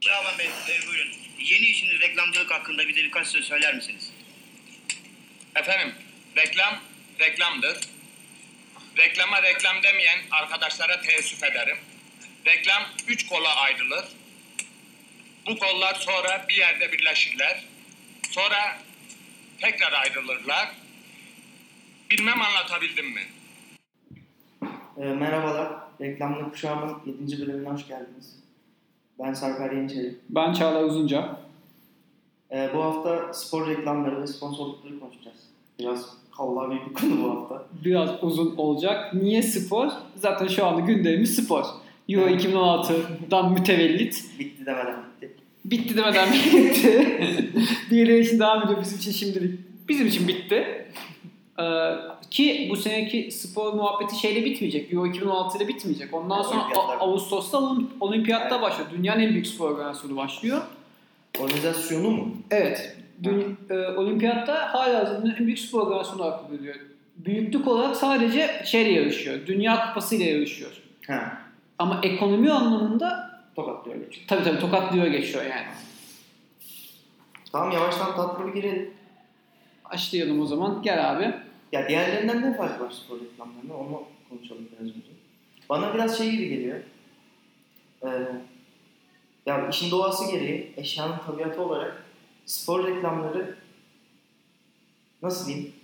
Şaban Bey, buyurun. Yeni işiniz reklamcılık hakkında bize birkaç söz söyler misiniz? Efendim, reklam, reklamdır. Reklama reklam demeyen arkadaşlara teessüf ederim. Reklam 3 kola ayrılır. Bu kollar sonra bir yerde birleşirler. Sonra tekrar ayrılırlar. Bilmem anlatabildim mi? Merhabalar, Reklamlı Kuşağı'nın 7. bölümüne hoş geldiniz. Ben Sarper Yeniçeri. Ben Çağlar Uzunca. Bu hafta spor reklamları ve sponsorlukları konuşacağız. Biraz kallavi bir konu bu hafta. Biraz uzun olacak. Niye spor? Zaten şu anda gündemimiz spor. Euro 2016'dan mütevellit. Bitti demeden bitti. Bitti demeden bitti. Diğerleri için devam ediyor. Bizim için şimdilik. Bizim için bitti. Ki bu seneki spor muhabbeti şeyle bitmeyecek. Euro 2016 ile bitmeyecek. Ondan sonra Ağustos'ta Olimpiyatlar evet. başlıyor. Dünyanın en büyük spor organizasyonu başlıyor. Organizasyonu mu? Evet. Olimpiyatta hala en büyük spor organizasyonu olarak kabul ediliyor. Büyüklük olarak sadece şeyle yarışıyor. Dünya Kupası ile yarışıyor. Ha. Ama ekonomi anlamında Tokatlıyor geçiyor. tabii tokatlıyor geçiyor yani. Tamam, yavaştan tatlı bir girelim. Başlayalım o zaman. Gel abi. Ya diğerlerinden ne farkı var spor reklamlarında? Onu konuşalım biraz önce. Bana biraz şey gibi geliyor. Ya işin doğası gereği, eşyanın tabiatı olarak spor reklamları nasıl diyeyim?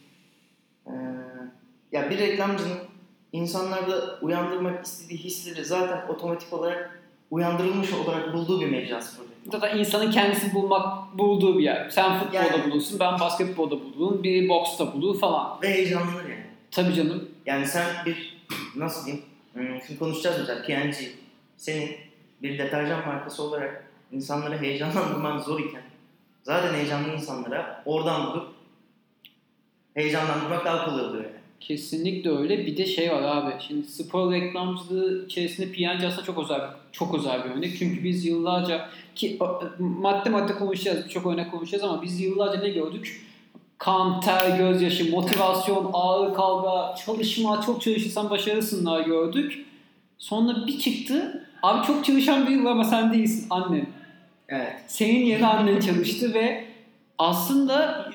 Ya bir reklamcının insanlarda uyandırmak istediği hisleri zaten otomatik olarak uyandırılmış olarak bulduğu bir mecra spor reklamı. Zaten insanın kendisi bulduğu bir yer. Sen futbolda Yani, bulursun, ben basketbolda bulurum, biri boksta bulur falan. ve heyecanlanır yani. Tabii canım. Yani sen nasıl diyeyim? Şimdi konuşacağız mesela P&G. Senin bir deterjan markası olarak insanları heyecanlandırman zor iken zaten heyecanlı insanlara oradan bulup heyecanlandırmak daha kolay oluyor yani. Kesinlikle öyle. Bir de şey var abi. Şimdi spor reklamcılığı içerisinde P&G aslında çok özel bir örnek. Çünkü biz yıllarca ki madde konuşacağız, birçok örnek konuşacağız ama biz yıllarca ne gördük? Kan, ter, gözyaşı, motivasyon, ağır kavga, çalışma, çok çalışırsan başarısınlar gördük. Sonra bir çıktı. Abi çok çalışan biri var ama sen değilsin, annen. Evet. Senin yerine annen çalıştı ve aslında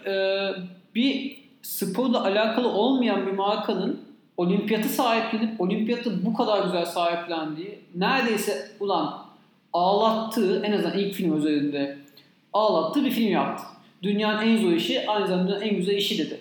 bir sporla alakalı olmayan bir markanın olimpiyatı sahiplenip olimpiyatı bu kadar güzel sahiplendiği, neredeyse ağlattığı, en azından ilk film üzerinde ağlattığı bir film yaptı. Dünyanın en zor işi, aynı zamanda en güzel işi dedi.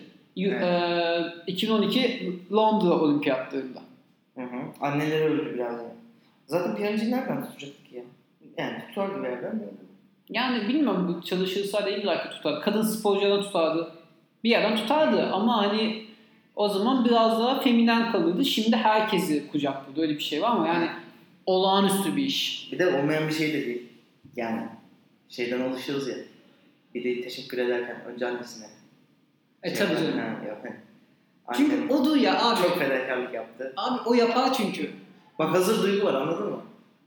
Evet. 2012 Londra olimpiyatlarında. Anneleri öldü biraz yani. Zaten P&G'yi nereden tutacaktık ya? Yani tutardı bir yerden de. Yani bilmiyorum, bu çalışırsa da illa ki tutar. Kadın sporculardan tutardı. Bir yerden tutardı ama hani o zaman biraz daha feminen kalırdı. Şimdi herkesi kucakladı. Öyle bir şey var ama yani olağanüstü bir iş. Bir de olmayan bir şey de değil. Yani şeyden alışırız ya. Bir de teşekkür ederken önce annesine. Tabii canım. Çünkü odur ya abi. Çok fedakarlık yaptı. Abi o yapar çünkü. Bak hazır duygu var, anladın mı?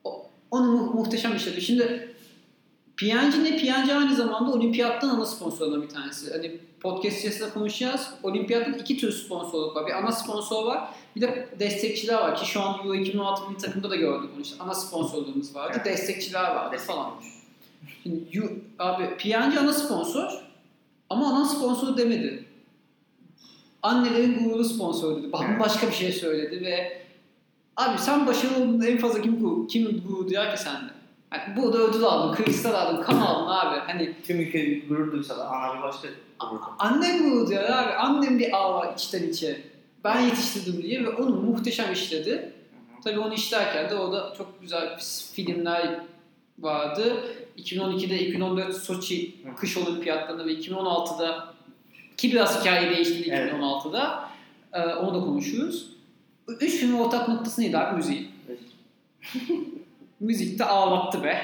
Onu muhteşem işledi. Şimdi P&G ne? P&G aynı zamanda olimpiyattan ana sponsorlarından bir tanesi. Hani podcast içerisinde konuşacağız. Olimpiyattan iki tür sponsorluk var. Bir ana sponsor var. Bir de destekçiler var ki şu an Euro 2016 milli takımda da gördük onu işte. Ana sponsorluğumuz vardı. Evet. Destekçiler vardı falan. Şimdi abi P&G ana sponsor ama ana sponsor demedi. Annelerin gururu sponsor dedi. Başka bir şey söyledi ve abi sen başarılı olduğunda en fazla kim gurur duyar ki sende? Yani burada ödül aldın, kristal aldın, kan aldın abi. Hani tüm ülke gurur duysa da ana bir başka gurur. Annem gurur duyar abi. Annem bir ağ var içten içe. Ben yetiştirdim diye ve onu muhteşem işledi. Hı-hı. Tabii onu işlerken de orada çok güzel filmler vardı. 2012'de 2014 Soçi kış olimpiyatlarında ve 2016'da ki biraz hikaye değişti 2016'da. Evet. Onu da konuşuyoruz. 3 filmin ortak noktası neydi abi? Müziği. Evet. Müzik de ağlattı be.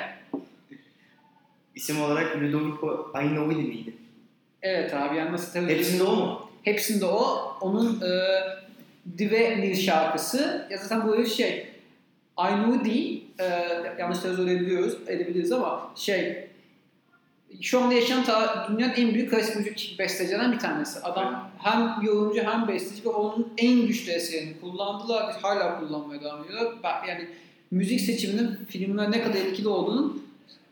İsim olarak Ludovico Einaudi miydi? Evet abi, yani nasıl tabii. Hepsinde o mu? Hepsinde o. Onun Dive şarkısı. Ya zaten böyle Einaudi yanlış tercih edebiliriz ama şu anda yaşayan dünyanın en büyük klasik müzik bestecilerinden bir tanesi. Adam hem yorumcu hem besteci ve onun en güçlü eserini kullandılar. Hala kullanmaya devam ediyorlar. Yani müzik seçiminin filmler ne kadar etkili olduğunun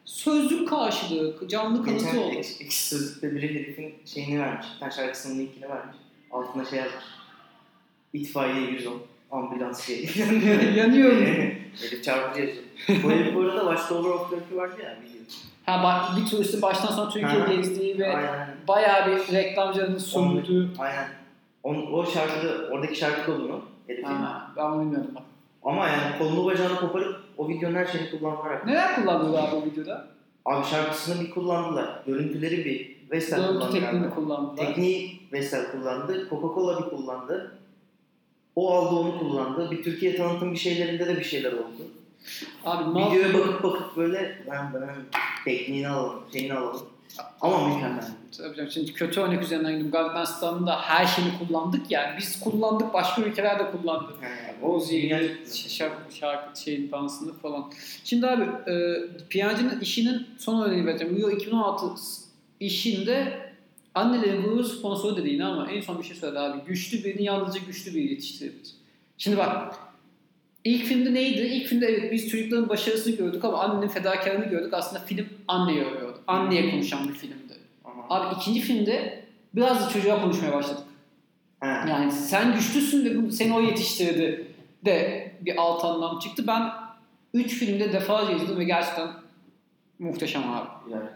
sözlük karşılığı, canlı kanıtı Geçen oldu. ekşi sözlükte biri herifin şeyini vermiş. Bir tane şarkısının linkini vermiş. Altına şey yazmış. İtfaiye 110. Ambulans şey. Yanıyorum. Herif çarpıcı yazıyor. Bu herif bu arada Watch Tower of Turkey vardı ya. Bir turistin baştan sona Türkiye'yi Ha, gezdiği ve aynen. bayağı bir reklamcının sunduğu. Aynen. O şarkıda, oradaki şarkı da bunu. Herifin. Ha, ben bunu bilmiyordum bak. Ama yani kolunu bacağını koparıp o videonun her şeyini kullandılar. Neler kullandılar abi o videoda? Abi şarkısını bir kullandılar. Görüntüleri bir Vestel Görüntü kullandılar. tekniğini kullandılar. Tekniği Vestel kullandı. Coca-Cola bir kullandı. O aldı onu kullandı. Bir Türkiye tanıtım bir şeylerinde de bir şeyler oldu. Abi Videoya bakıp böyle ben tekniğini alalım, şeyini alalım. Ama mükemmel. Tabii canım, şimdi kötü örnek üzerinden gidiyorum. Gangnam Style'da her şeyini kullandık yani. Biz kullandık, başka ülkeler de kullandı. O O dünya şarkı şeyin dansını falan. Şimdi abi Piyancı'nın işinin son örneğini vereceğim. Rio 2016 işinde annelerin gurur sponsoru dediğini ama en son bir şey söyledi abi. Güçlü birini yalnızca güçlü biri yetiştirebilir. Şimdi bak ilk filmde neydi? İlk filmde evet biz çocukların başarısını gördük ama annenin fedakarlığını gördük. Aslında film anneye övüyordu. Anneye konuşan bir filmdi. Abi ikinci filmde biraz da çocuğa konuşmaya başladık. Yani sen güçlüsün ve seni o yetiştirdi de bir alt anlam çıktı. Ben 3 filmde defalarca izledim ve gerçekten muhteşem abi. Yani.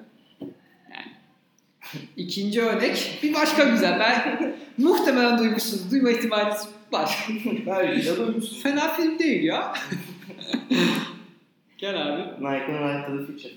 İkinci örnek bir başka güzel. Ben muhtemelen duymuşsunuz. Duyma ihtimaliniz var. Belki de duymuşsun. Fena film değil ya. Gel abi. Nike'ın Right to the Future.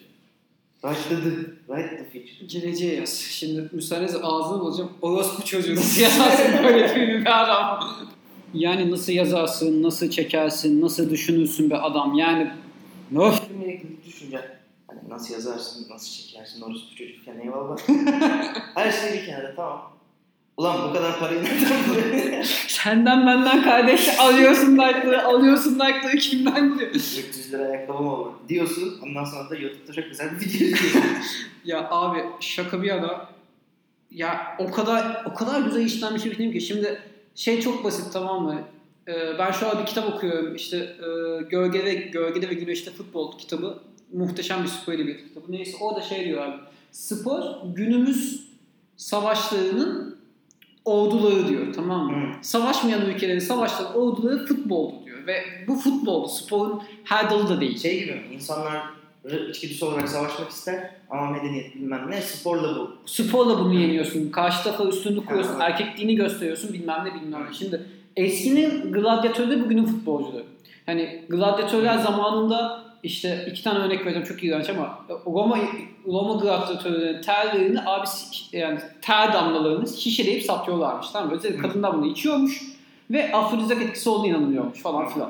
Right to the Future. Geleceğe yaz. Şimdi müsaadenizle ağzını bulacağım. Orospu çocuğu nasıl yazarsın böyle filmi bir adam. Yani nasıl yazarsın, nasıl çekersin, nasıl düşünürsün bir adam. Yani of. Filmle ilgili düşünce. Hani nasıl yazarsın, nasıl çekersin, orospu çocukken eyvallah. Her şey bir kenara tamam. Ulan bu kadar parayı nereden buluyorsun? Senden benden kardeş alıyorsun like'ları kimden buluyor? 300 lira ayakkabı mı olur diyorsun. Ondan sonra da YouTube'da çok güzel bir video izliyorsun. Ya abi şaka bir yana. Ya o kadar güzel işlenmiş bir film ki. Şimdi şey çok basit tamam mı? Ben şu an bir kitap okuyorum. İşte Gölgede ve Güneşte Futbol kitabı. Muhteşem bir spor edebiyatı kitabı. Neyse orada şey diyor abi. Spor günümüz savaşlarının orduları diyor tamam mı? Savaşmayan ülkelerin savaşları orduları futboldu diyor. Ve bu futboldu. Sporun her dalı da değil. Şey gibi mi? İnsanlar içgüdüsü olarak savaşmak ister ama medeniyet bilmem ne sporla bu. Sporla bunu yeniyorsun. Karşı tarafa üstünlük kuruyorsun. Erkekliğini gösteriyorsun bilmem ne. Şimdi eskinin gladyatörü bugünün futbolcuları. Hani gladyatörler zamanında işte 2 tane örnek vereceğim çok iğrenç ama Roma gladyatörlerinin terlerini abi yani ter damlalarını şişeleyip satıyorlarmış tamam mı? Özellikle kadınlar bunu içiyormuş ve afrodizyak etkisi olduğunu inanılıyormuş falan filan.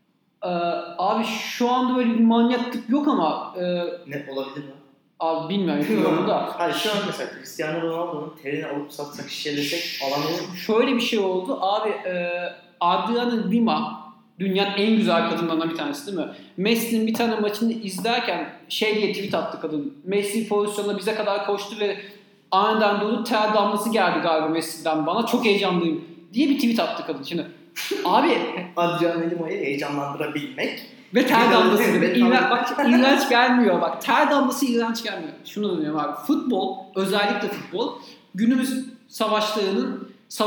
Abi şu anda böyle bir manyaklık yok ama Ne olabilir mi? abi bilmiyorum da. Hayır şu an mesela Cristiano Ronaldo'nun terini alıp satsak şişelesek alan olur mu? Şöyle bir şey oldu abi Adriana Lima dünyanın en güzel kadınlarından bir tanesi değil mi? Messi'nin bir tane maçını izlerken şey diye tweet attı kadın. Messi pozisyonda bize kadar koştu ve aniden dolu ter damlası geldi galiba Messi'den bana. Çok heyecanlıyım diye bir tweet attı kadın. Şimdi abi Adriano Lima'yı heyecanlandırabilmek. ve ter damlası gibi. Evet, Bak iğrenç gelmiyor. Bak ter damlası iğrenç gelmiyor. Şunu dönüyorum abi. Futbol, özellikle futbol günümüz savaşlarının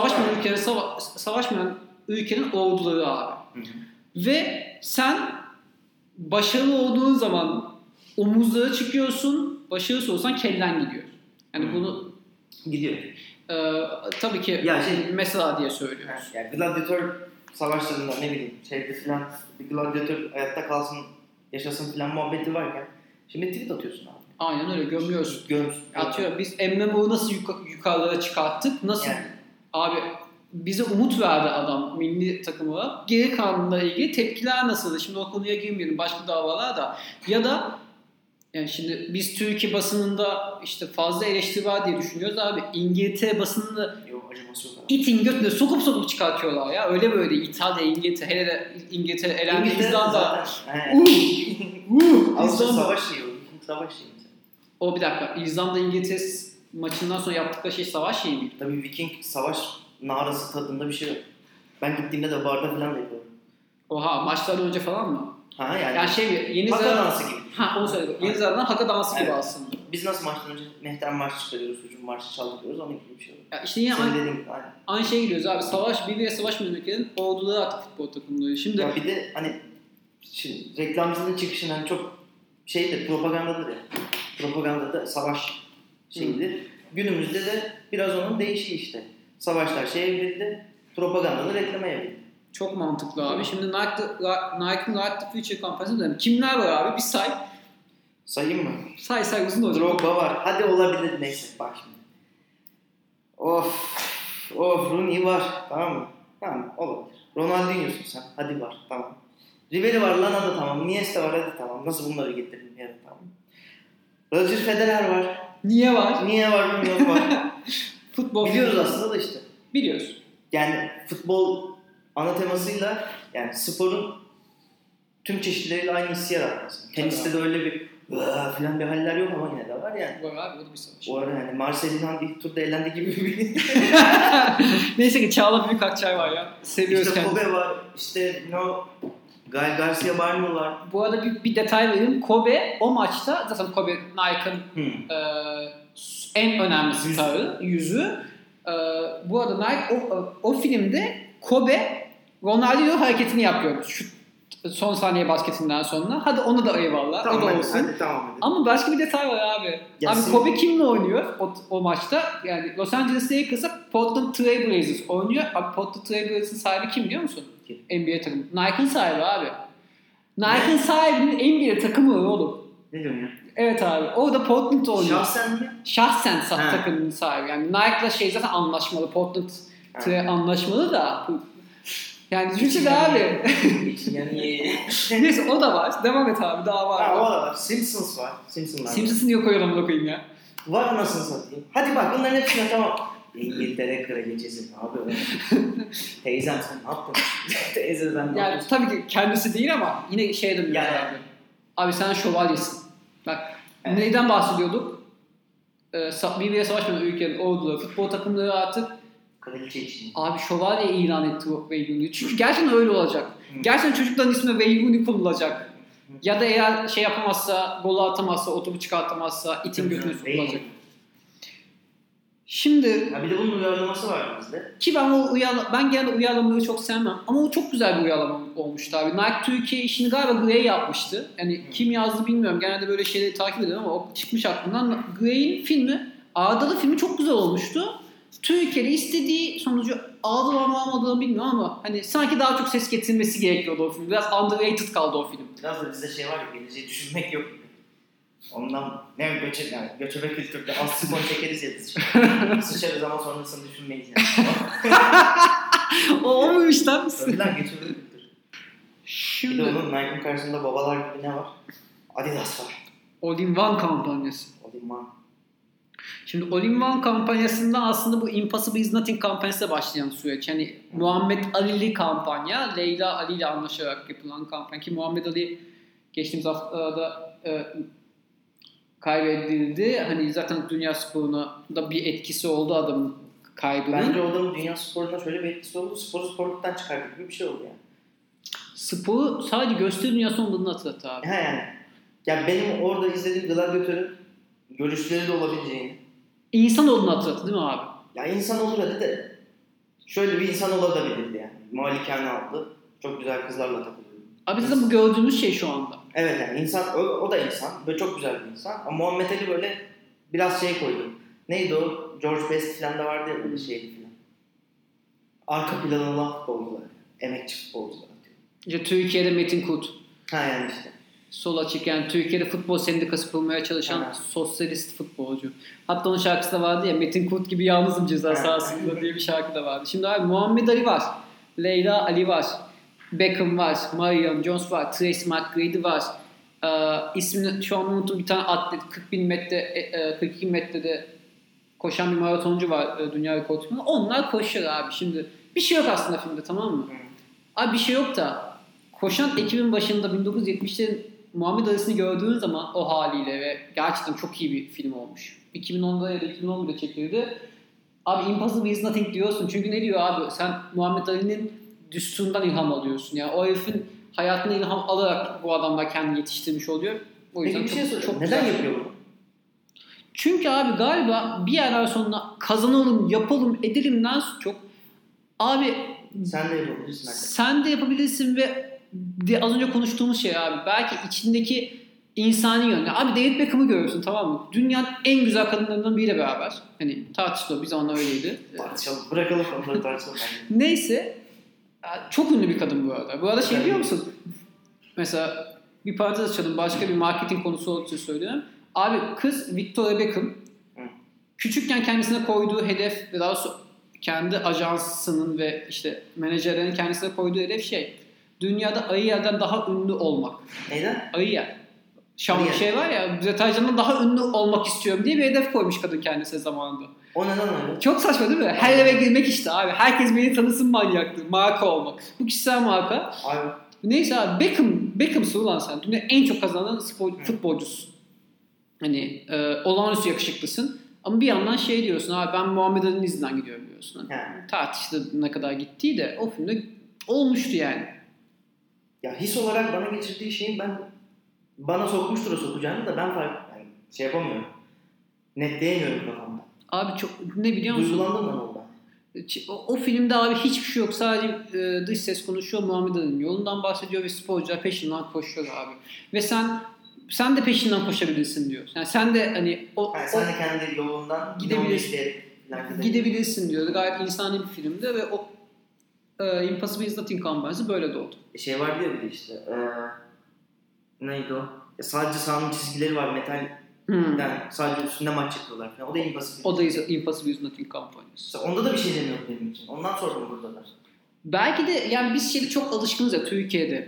savaşmayan ülkenin orduları abi. Ve sen başarılı olduğun zaman omuzlara çıkıyorsun, başarısız olsan kellen gidiyor. Yani bunu Gidiyor. tabii ki Ya mesela diye söylüyoruz. Yani gladyatör savaşlarında ne bileyim şeyde filan bir gladyatör hayatta kalsın yaşasın filan muhabbeti varken şimdi tweet atıyorsun abi. Aynen öyle gömüyorsun. Gömsün. Atıyor. Biz MMO'yu nasıl yukarılara çıkarttık? Nasıl? Yani. Abi bize umut verdi adam milli takımı. Geri kalanla ilgili tepkiler nasıldı? Şimdi o konuya girmeyelim. Başka davalar da. Ya da yani şimdi biz Türkiye basınında işte fazla eleştiri var diye düşünüyoruz abi. İngiltere basınında Yok acıması yok abi. itin götüne sokup çıkartıyorlar ya. Öyle böyle İtalya, İngiltere, hele de İngiltere elendi İzlanda. Aslında İzlanda. savaş şeyi o. Savaş şeyi. O bir dakika. İzlanda İngiltere maçından sonra yaptıkları şey savaş şeyi miydi? Tabii Viking savaş narası tadında bir şey yok. Ben gittiğimde de barda falan da yapıyorum. Oha maçlardan önce falan mı? Ha yani. Yani Yeni Haka Zelanda... dansı gibi. Ha onu söyledim. Yeni Zelanda'nın haka dansı gibi Evet. aslında. Biz nasıl maçtan önce mehter marşı çıkarıyoruz, hücum marşı çaldırıyoruz, onun gibi bir şey oluyor. Ya işte yine Senin aynı, dediğin gibi, aynen. aynı şeye gidiyoruz abi. Birbiriyle savaşmayan ülkelerin orduları artık futbol takımları. Şimdi Ya bir de hani reklamcının çıkışının hani çok şeydir, propagandadır ya. Propagandada savaş şeyidir. Günümüzde de biraz onun değişiği işte. Savaşlar evrildi, propagandada reklama evrildi. çok mantıklı abi. Şimdi Nike'ın Right to Future kampanyasını dönelim. Kimler var abi? Bir say. Sayayım mı? Say uzun olacak. Drogba var. Hadi olabilir, neyse bak şimdi. Of Rooney var. Tamam mı? Tamam olabilir. Ronaldinho'sun sen. Hadi var. Tamam. Ribery var lan, hadi tamam. Iniesta var, hadi tamam. Nasıl bunları getirdin bir yere, tamam. Roger Federer var. Niye var? Niye var bilmiyorum, var. Futbol Biliyoruz aslında da işte. Biliyoruz. Yani futbol ana temasıyla yani sporun tüm çeşitleriyle aynı hissi yaratması. Teniste de öyle bir falan bir haller yok ama yine de var yani. Var abi, o da bir savaş. O ara yani Marcelina'nın ilk turda elendi gibi bir Neyse ki Çağla Büyük Akçay var ya. Seviyoruz İşte kendisini. Kobe var, işte Gael Garcia Bernal var. Bu arada bir detay vereyim. Kobe o maçta, zaten Kobe Nike'ın en önemli starı, yüzü. Bu arada Nike o filmde Kobe Ronaldinho hareketini yapıyor. Şu son saniye basketinden sonra. Hadi ona da eyvallah. Tamam, o da hadi, olsun. tamam hadi. Ama başka bir detay var abi. Gelsin. Abi Kobe kimle oynuyor o maçta? Yani Los Angeles Lakers'a Portland Trail Blazers oynuyor. Abi Portland Trail Blazers'ın sahibi kim biliyor musun? Kim? NBA takımı. Nike'ın sahibi abi. Nike'ın sahibinin NBA takımı var oğlum. Ne diyorsun ya? Evet abi. O da Portland'da oynuyor. Şahsen mi? Takımın sahibi. Yani Nike'la zaten anlaşmalı. Portland Trail anlaşmalı da. Yani düşünsene abi. Yani Neyse o da var. Devam et abi. Daha var. ha, o da var. Simpsons var. Simpsons'ı niye koyalım da koyayım ya? Var anasını satayım. Hadi bak bunların hepsine tamam. İngiltere kraliçesi ne yapıyor? Teyzem sen ne yaptın? Teyze sen ne Yani yaptın? tabii ki kendisi değil ama yine şeye dönüyor Yani. abi. Abi sen şövalyesin. Bak Evet. neyden bahsediyorduk? Birbirine savaşmayan ülkenin orduları, futbol takımları artık Kraliçe için. abi şövalye ilan etti Wayne Rooney. Çünkü gerçekten öyle olacak. Hı. Gerçekten çocukların ismi Wayne Rooney konulacak. Ya da eğer yapamazsa, golü atamazsa, otobu çıkartamazsa itin götüne sokulacak. Şimdi Ha bir de bunun uyarlaması var bizde. ki ben genelde uyarlamaları çok sevmem ama o çok güzel bir uyarlama olmuştu abi. Nike Türkiye işini galiba Gray yapmıştı. Yani kim yazdı bilmiyorum. Genelde böyle şeyleri takip ediyorum ama o çıkmış aklımdan. Gray'in filmi, Ağdalı filmi çok güzel olmuştu. Türkiye'de istediği sonucu aldılar mı almadığını bilmiyorum ama hani sanki daha çok ses getirmesi gerekiyordu o film. Biraz underrated kaldı o film. Biraz da bizde şey var ya, geleceği düşünmek yok. Ondan ne göçebe kültürde az sifon çekeriz ya biz. Sıçarız ama sonrasını düşünmeyiz yani. O olmamış lan. Önden göçebe kültür. Bir de Şimdi onun Nike'ın karşısında babalar gibi ne var? Adidas var. All-in-One kampanyası. Odinman. Şimdi All-in-One kampanyasında aslında bu Impossible is Nothing kampanyasıyla başlayan süreç. Yani Muhammed Ali'li kampanya, Leyla Ali ile anlaşarak yapılan kampanya. Ki Muhammed Ali geçtiğimiz haftada kaybedildi. Hani zaten dünya sporuna da bir etkisi oldu adamın kaybının. Bence o adamın dünya sporuna şöyle bir etkisi oldu. Sporu sporluktan çıkardı gibi bir şey oldu yani. Sporu sadece gösteri dünyası olmadığını hatırlattı abi. Ha yani. Ya benim orada izlediğim Gladiatör'ün görüşleri de olabileceğini. İnsan olduğunu hatırlattı değil mi abi? Ya insan olur hadi de. Şöyle bir insan olabilirdi yani. Malikane adlı. Çok güzel kızlarla takılıyor. Abi zaten bu gördüğümüz şey şu anda. Evet yani insan, o da insan. Böyle çok güzel bir insan. Ama Muhammed Ali böyle biraz şey koydu. Neydi o? George Best falan da vardı ya böyle şeydi falan. Arka planı olan futbolcular. Emekçi futbolcular. İşte Türkiye'de Metin Kut. Ha yani işte. Sol açık yani Türkiye'de futbol sendikası kurmaya çalışan sosyalist futbolcu. Hatta onun şarkısı da vardı ya Metin Kurt gibi yalnızım ceza sahasında diye bir şarkı da vardı. Şimdi abi Muhammed Ali var. Leyla Ali var. Beckham var. Marion Jones var. Tracy McGrady var. İsmini şu an unuttum, bir tane atlet 40.000 metre 42 metrede koşan bir maratoncu var dünya rekortmeni. Onlar koşuyor abi. Şimdi bir şey yok aslında filmde, tamam mı? Abi bir şey yok da koşan ekibin başında 1970'lerin Muhammed Ali'sini gördüğün zaman o haliyle ve gerçekten çok iyi bir film olmuş. 2010'da ya da 2011'de çekildi. Abi Impossible is Nothing diyorsun. Çünkü ne diyor abi? Sen Muhammed Ali'nin düsturundan ilham alıyorsun. Yani o herifin hayatına ilham alarak bu adamlar kendini yetiştirmiş oluyor. O Peki yüzden bir şey sorayım. çok Neden güzel. yapıyor bunu? Çünkü abi galiba bir yerden sonra kazanalım, yapalım, edelimden çok abi Sen de yapabilirsin. sen de yapabilirsin ve az önce konuştuğumuz şey abi belki içindeki insani yönü. Abi David Beckham'ı görüyorsun, tamam mı? Dünyanın en güzel kadınlarından biriyle beraber. Hani tartışılıyor, bir zamanlar öyleydi. Tartışalım. Bırakalım onları tartışalım. Neyse. Çok ünlü bir kadın bu arada. Bu arada şey Evet. biliyor musun? Mesela bir parantez açalım. Başka bir marketing konusu olduğu için söylüyorum. Abi kız Victoria Beckham. Hı. Küçükken kendisine koyduğu hedef ve daha sonra kendi ajansının ve işte menajerlerin kendisine koyduğu hedef şey. Dünyada Ariel'den daha ünlü olmak. Neyden? Ariel. Şam Ariel. şey var ya, deterjandan daha ünlü olmak istiyorum diye bir hedef koymuş kadın kendisine zamanında. O neden öyle? Çok saçma değil mi? Her eve girmek işte abi. Herkes beni tanısın manyaktı. Marka olmak. Bu kişisel marka. Abi Neyse abi Beckham'sın ulan sen. Dünyada en çok kazanan futbolcusun. Hani olağanüstü yakışıklısın. Ama bir yandan şey diyorsun abi, ben Muhammed Ali'nin izinden gidiyorum diyorsun. He. Tartıştı ne kadar gittiği de o filmde olmuştu yani. ya his olarak bana geçirdiği şeyin bana sokmuştur o sokacağını da ben yani şey yapamıyorum. Netleyemiyorum kafamda. Abi çok ne biliyor musun? Duygulandım ben ondan. O filmde abi hiçbir şey yok. Sadece dış ses konuşuyor, Muhammed Ali'nin yolundan bahsediyor ve sporcular peşinden koşuyor abi. Ve sen de peşinden koşabilirsin diyor. Yani sen de hani Yani sen de kendi yolundan Gidebilirsin. gidebilirsin diyor. Gayet insani bir filmdi ve o Impossible is Nothing kampanyası böyle doğdu. Şey var diyor bir de işte. Neydi o? Sadece sahanın çizgileri var metalden. Sadece üstünde maç yapıyorlar falan. O da impossible. O da Impossible is Nothing kampanyası. Onda da bir şey demiyor benim için. Ondan sordum buradalar. Belki de yani biz şeyde çok alışkınız ya Türkiye'de.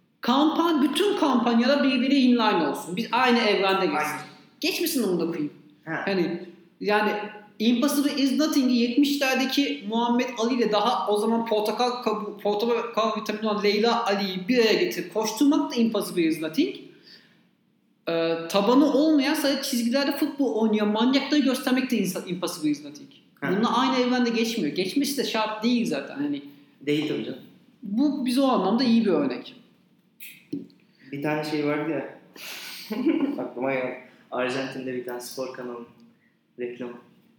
Bütün kampanyalar birbiriyle inline olsun. Biz aynı evrende geçsin. Aynen. Geçmesin onu da koyayım. Ha. Hani yani Impossible is Nothing'i 70'lerdeki Muhammed Ali ile daha o zaman portakal vitamini olan Leyla Ali'yi bir araya getirip koşturmak da Impossible is Nothing. Tabanı olmayan sadece çizgilerde futbol oynayan manyakları göstermek de Impossible is Nothing. Bununla aynı evrende geçmiyor. Geçmesi de şart değil zaten. Hani Değil tabii canım. bu bize o anlamda iyi bir örnek. Bir tane şey vardı ya. Aklıma geldi. Arjantin'de bir tane spor kanalının reklamı.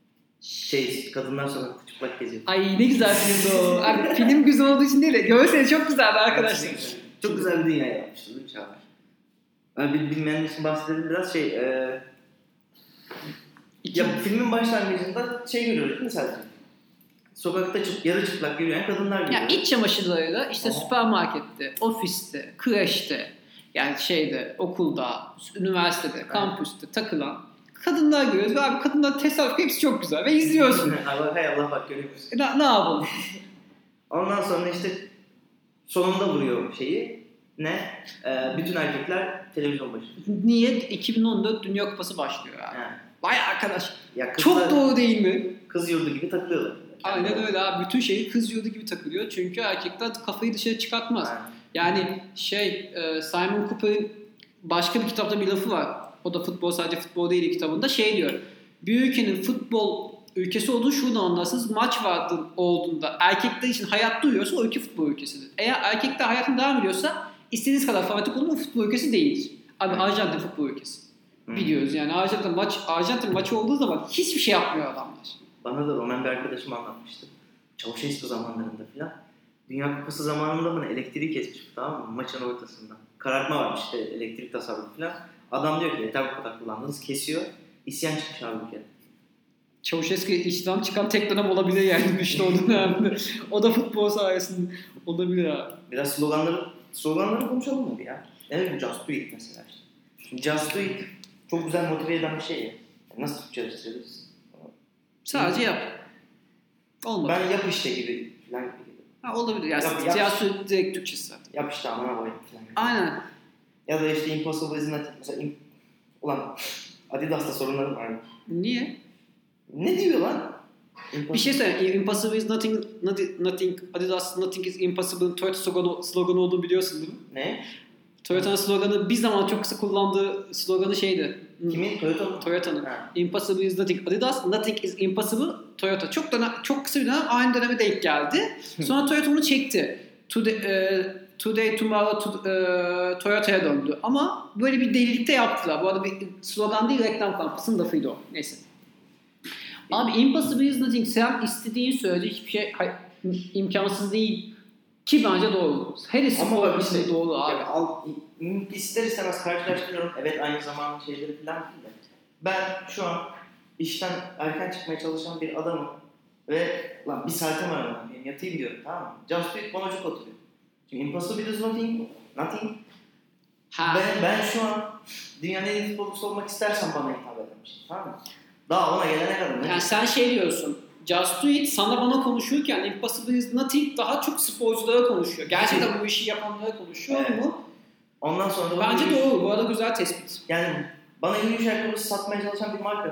Kadınlar sokakta çıplak geziyor. Ay ne güzel filmdi o. Abi, film güzel olduğu için değil de görseli çok güzeldi arkadaşlar. Çok güzel bir dünya yapmıştı değil mi Çağlar? Yani bilmeyen için bahsedelim biraz ya filmin başlangıcında görüyoruz değil mi sadece? Sokakta yarı çıplak yürüyen kadınlar görüyoruz. Ya iç çamaşırlarıyla işte süpermarkette, ofiste, kreşte, yani okulda, üniversitede, kampüste takılan kadınlar görüyoruz ve abi kadınlar tesadüf hepsi çok güzel ve izliyorsun. Hay Allah bak görüyor musun? Ne yapalım? Ondan sonra işte sonunda vuruyor şeyi. Bütün erkekler televizyon başında. Niye? 2014 Dünya Kupası başlıyor abi. Yani. Vay arkadaş. Ya kızlar, Çok doğru değil mi? Kız yurdu gibi takılıyorlar. Aynen öyle abi. Bütün şeyi kız yurdu gibi takılıyor. Çünkü erkekler kafayı dışarı çıkartmaz. Aynen. Yani Simon Cooper'ın başka bir kitapta bir lafı var. O da sadece futbol değil kitabında diyor. Bir ülkenin futbol ülkesi olduğunu şuradan anlarsınız. Maç olduğunda erkekler için hayat duyuyorsa o ülke futbol ülkesidir. Eğer erkekler hayatına devam ediyorsa istediğiniz kadar fanatik olun, o futbol ülkesi değildir. Abi Arjantin futbol ülkesi. Biliyoruz yani Arjantin maçı olduğu zaman hiçbir şey yapmıyor adamlar. Bana da Roman bir arkadaşım anlatmıştı. Çavuşescu zamanlarında filan. Dünya Kupası zamanında bana elektriği kesmiş, tamam mı? Maçın ortasında. Karartma varmış işte, elektrik tasarrufu filan. Adam diyor ki yeter bu kadar kullandınız, kesiyor. İsyan çıkmış abi bir kere. Çavuşescu işten çıkan tek dönem olabilir yani işte o dönemde. O da futbol sayesinde olabilir abi. Biraz sloganları konuşalım mı ya? Evet bu Just Do It mesela işte. Just Do It çok güzel motive eden bir şey ya. Nasıl Türkçeleştirebiliriz? Sadece yap. Olmadı. Ben yap işte gibi falan gibi. Olabilir. Yani siyasi direkt Türkçesi zaten. Yap işte amına koyayım falan. Aynen. Ya da işte Impossible is Nothing. Mesela ulan Adidas'ta sorunlarım var. Niye? Ne diyor lan? Bir şey söyleyeyim. Impossible is nothing, Adidas nothing is impossible Toyota sloganı olduğunu biliyorsun değil mi? Ne? Toyota'nın sloganı bir zaman çok kısa kullandığı sloganı Kimin? Toyota'nın. Impossible is nothing Adidas, nothing is impossible Toyota. Çok kısa bir dönem aynı döneme denk geldi. Sonra Toyota onu çekti. Today Tomorrow Toyota'ya döndü. Ama böyle bir delilikte yaptılar. Bu arada bir slogan değil, reklam kampanyasının lafıydı o. Neyse. Abi impossible is nothing. Sen istediğin sürece hiçbir şey imkansız değil. Ki bence doğru. Her spor işte doğru abi. İster istemez karşılaştırıyorum. Evet, aynı zamanda şeyleri falan değil de. Ben şu an işten erken çıkmaya çalışan bir adamım. Ve lan bir saatim var lan. Yani yatayım diyorum, tamam mı? Just do it, bonacık oturuyor. Çünkü impossible is nothing. Ben şu an dünyanın en iyi futbolcusu olmak istersen bana hitap eden bir şey, tamam mı? Daha ona gelene kadar. Yani sen şey diyorsun. Just do it sana bana konuşurken impossible is nothing daha çok sporculara konuşuyor. Gerçekten bu işi yapanlara konuşuyor mu? Ondan sonra da bence doğru. Bu arada güzel tespit. Yani bana yürüyüş ayakkabısı satmaya çalışan bir marka.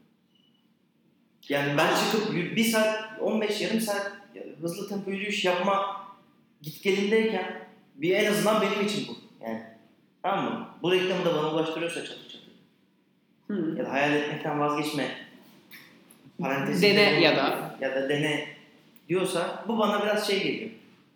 Yani ben çıkıp 1 saat, 15 yarım saat hızlı tempo yürüyüş yapma gitgelindeyken en azından benim için bu. Yani tamam mı? Bu reklamı da bana ulaştırıyorsa çatır çatır. Ya da hayal etmekten vazgeçme. Parantez dene ya da dene diyorsa bu bana biraz şey geliyor.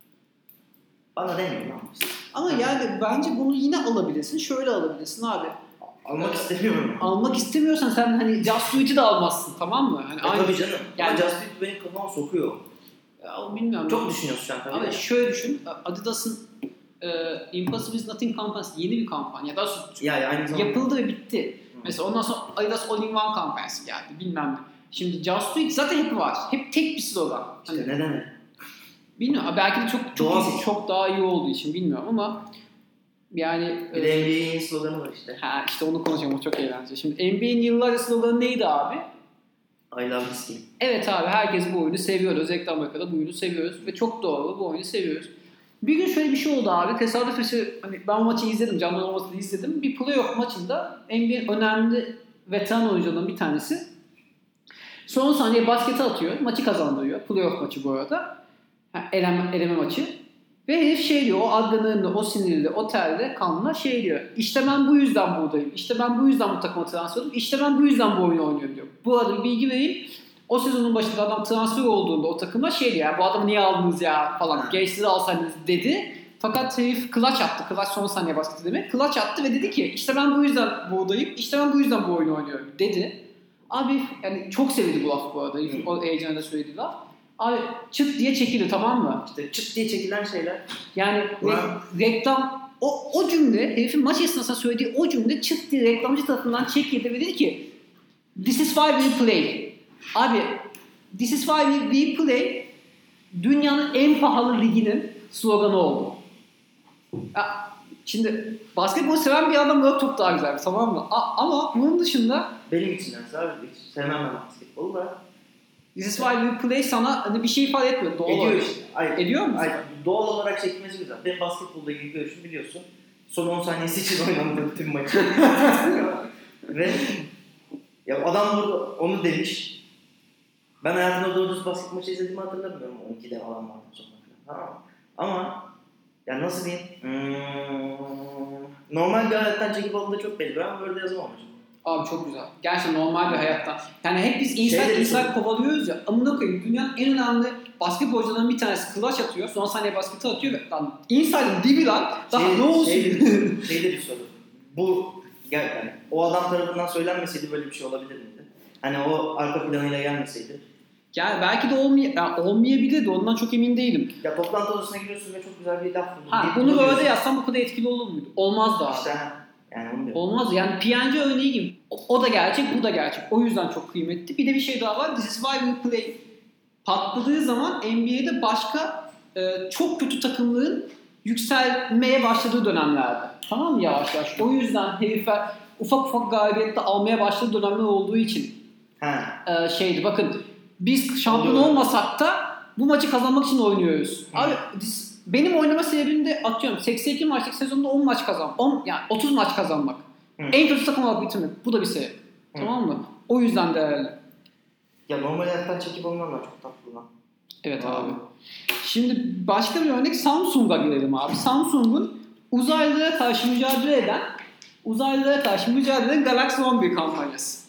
Bana demiyor lan. Ama yani bence bunu yine alabilirsin. Şöyle alabilirsin abi. Almak istemiyorum. Almak istemiyorsan sen hani Just Do It'i de almazsın, tamam mı? Hani Tabii canım. Yani Just Do It benim kafama sokuyor. Ya, bilmiyorum. Çok düşünüyorsun şu an tabii. Ama şöyle düşün. Adidas'ın Impossible is Nothing kampanyası yeni bir kampanya. Daha sonra aynı zamanda yapıldı ve bitti. Mesela ondan sonra Adidas All in One kampanyası geldi. Bilmem ne. Şimdi Just Do It zaten hep var. Hep tek bir slogan. İşte neden? Bilmiyorum. Belki de çok daha iyi olduğu için bilmiyorum ama yani bir de NBA'nin sloganı var işte. İşte onu konuşacağım. O çok eğlenceli. Şimdi NBA'nin yıllarca sloganı neydi abi? I love this game. Evet abi, herkes bu oyunu seviyor. Özellikle Amerika'da bu oyunu seviyoruz ve çok doğru, bu oyunu seviyoruz. Bir gün şöyle bir şey oldu abi. Tesadüf eseri hani ben maçı izledim. Canlı olmasını izledim. Bir playoff maçında NBA'nin önemli veteran oyuncularından bir tanesi son saniye basketi atıyor. Maçı kazandırıyor. Playoff maçı bu arada. Eleme maçı. Ve herif şey diyor, o adrenalinde, o sinirli, o terle, kanla şey diyor. İşte ben bu yüzden buradayım. İşte ben bu yüzden bu takıma transfer oldum. İşte ben bu yüzden bu oyunu oynuyorum diyor. Bu arada bir bilgi vereyim. O sezonun başında adam transfer olduğunda o takıma şey diyor. Bu adamı niye aldınız ya falan. Gençleri alsaydınız dedi. Fakat herif clutch attı. Clutch son saniye basketi demek. Clutch attı ve dedi ki işte ben bu yüzden buradayım. İşte ben bu yüzden bu oyunu oynuyorum dedi. Abi yani çok sevildi bu laf bu arada. O heyecanla söylediği laf. Abi çıt diye çekildi, tamam mı? İşte çıt diye çekilen şeyler. Yani reklam o cümle, herifin maç esnasında söylediği o cümle çıt diye reklamcı tarafından çekildi ve dedi ki "This is why we play." Abi "This is why we play" dünyanın en pahalı liginin sloganı oldu. Ya, şimdi basketbol seven bir adam çok daha güzel, tamam mı? Ama bunun dışında benim için abi hiç sevmem ben basketbolu da. "This is why we play" sana hani bir şey ifade etmiyor. Doğal ediyor olarak. işte. Ediyor mu? Doğal olarak çekilmesi güzel. Benim basketbolla ilgili görüşüm biliyorsun. Son 10 saniyesi için oynandı bütün maçı. Ve ya adam burada onu demiş. Ben hayatımda doğru düz basket maçı izlediğimi hatırlamıyorum. 12'de falan vardı sonra. Tamam. Ama ya nasıl diyeyim? Normal bir hayattan çekip alındığı çok belli. Ben böyle yazamamışım. Abi çok güzel. Gerçekten normal bir hayattan. Yani hep biz insan kovalıyoruz ya. Amına koyayım, dünyanın en önemli basketbolcularından bir tanesi clutch atıyor. Son saniye basketi atıyor ve lan inside'ın dibi lan. Daha ne olsun? Şeyde bir soru. Bu yani o adam tarafından söylenmeseydi böyle bir şey olabilir miydi? Hani o arka planıyla gelmeseydi. Yani belki de olmayabilir de ondan çok emin değilim. Ya toplantı odasına giriyorsun ve çok güzel bir laf buldun. Bunu böyle yazsam bu kadar etkili olur muydu? Olmazdı abi. İşte yani onu diyorum. Olmaz. Yani PNG örneği gibi. O da gerçek, bu da gerçek. O yüzden çok kıymetli. Bir de bir şey daha var. This is why we play patladığı zaman NBA'de başka çok kötü takımların yükselmeye başladığı dönemlerde. Tamam mı, yavaş yavaş? O yüzden herifler ufak ufak galibiyette almaya başladığı dönemler olduğu için şeydi. Bakın biz şampiyon olmasak da bu maçı kazanmak için oynuyoruz. Abi benim oynama sebebim de atıyorum 82 maçlık sezonda 10 maç kazanmak. Yani 30 maç kazanmak. En kötü takım olarak bitirmek. Bu da bir sebep. Tamam mı? O yüzden değerli. Ya normal hayattan çekip almanlar çok tatlı lan. Evet abi. Şimdi başka bir örnek Samsung'a girelim abi. Samsung'un uzaylılara karşı mücadele eden Galaxy 11 kampanyası.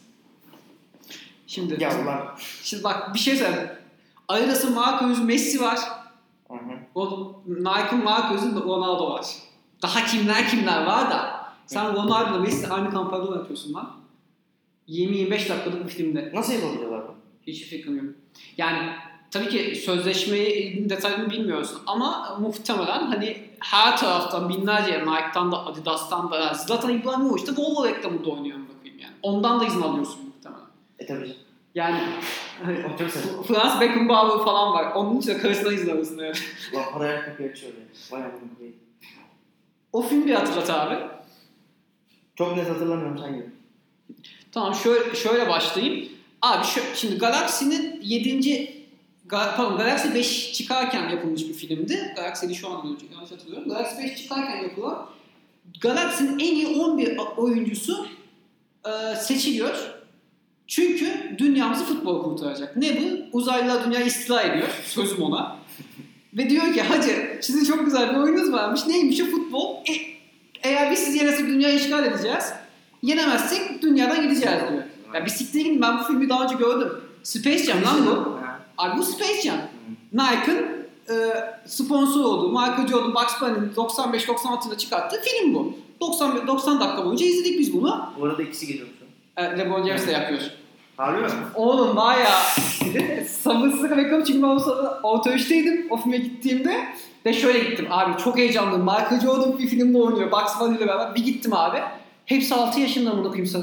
Şimdi ya ulan. Şimdi bak bir şey söyleyeyim. Adidas'ın Marquez Messi var. Nike'ın marka özünde Ronaldo var. Daha kimler var da. Sen Ronaldo'la Messi aynı kampanyada oynatıyorsun lan. 20-25 dakikalık bir filmde. Nasıl yapabiliyorlar bu? Hiçbir fikrim yok. Yani tabii ki sözleşmeyi detayını bilmiyorsun ama muhtemelen hani her taraftan binlerce Nike'tan da Adidas'tan da yani Zlatan İbrahimovic de Volvo reklamında oynuyor bakayım yani. Ondan da izin alıyorsun muhtemelen. Tabii canım. Yani O çok saçma. Franz Beckenbauer falan var. Onun için de karısına izin alıyorsun yani. Ulan paraya kapıyı açıyor ya. Vay amına koyayım. O filmi bir hatırlat abi. Çok net hatırlamıyorum sen gibi. Tamam şöyle başlayayım. Abi şimdi Galaxy'nin 7. Galaxy 5 çıkarken yapılmış bir filmdi. Galaxy şu an önce yanlış hatırlıyorum. Galaxy 5 çıkarken yapılan Galaxy'nin en iyi 11 oyuncusu seçiliyor. Çünkü dünyamızı futbol kurtaracak. Ne bu? Uzaylılar dünyayı istila ediyor. Sözüm ona. Ve diyor ki hacı sizin çok güzel bir oyununuz varmış. Neymiş o futbol? Eğer biz sizi yenersek dünyayı işgal edeceğiz. Yenemezsek dünyadan gideceğiz diyor. Ya bir siktir gidin ben bu filmi daha önce gördüm. Space Jam lan bu. Abi bu Space Jam. Nike'ın sponsor olduğu, Michael Jordan, Bugs Bunny'nin 95-96'da çıkarttığı film bu. 90 dakika boyunca izledik biz bunu. Bu arada ikisi geliyor şu an. LeBron James de yapıyor. Harbi mi? Oğlum bayağı sabırsızlıkla bekliyorum çünkü ben orta üçteydim o filme gittiğimde ve şöyle gittim abi çok heyecanlıyım. Michael Jordan bir filmde oynuyor Bugs Bunny ile beraber bir gittim abi. Hepsi 6 yaşında mı okuyayım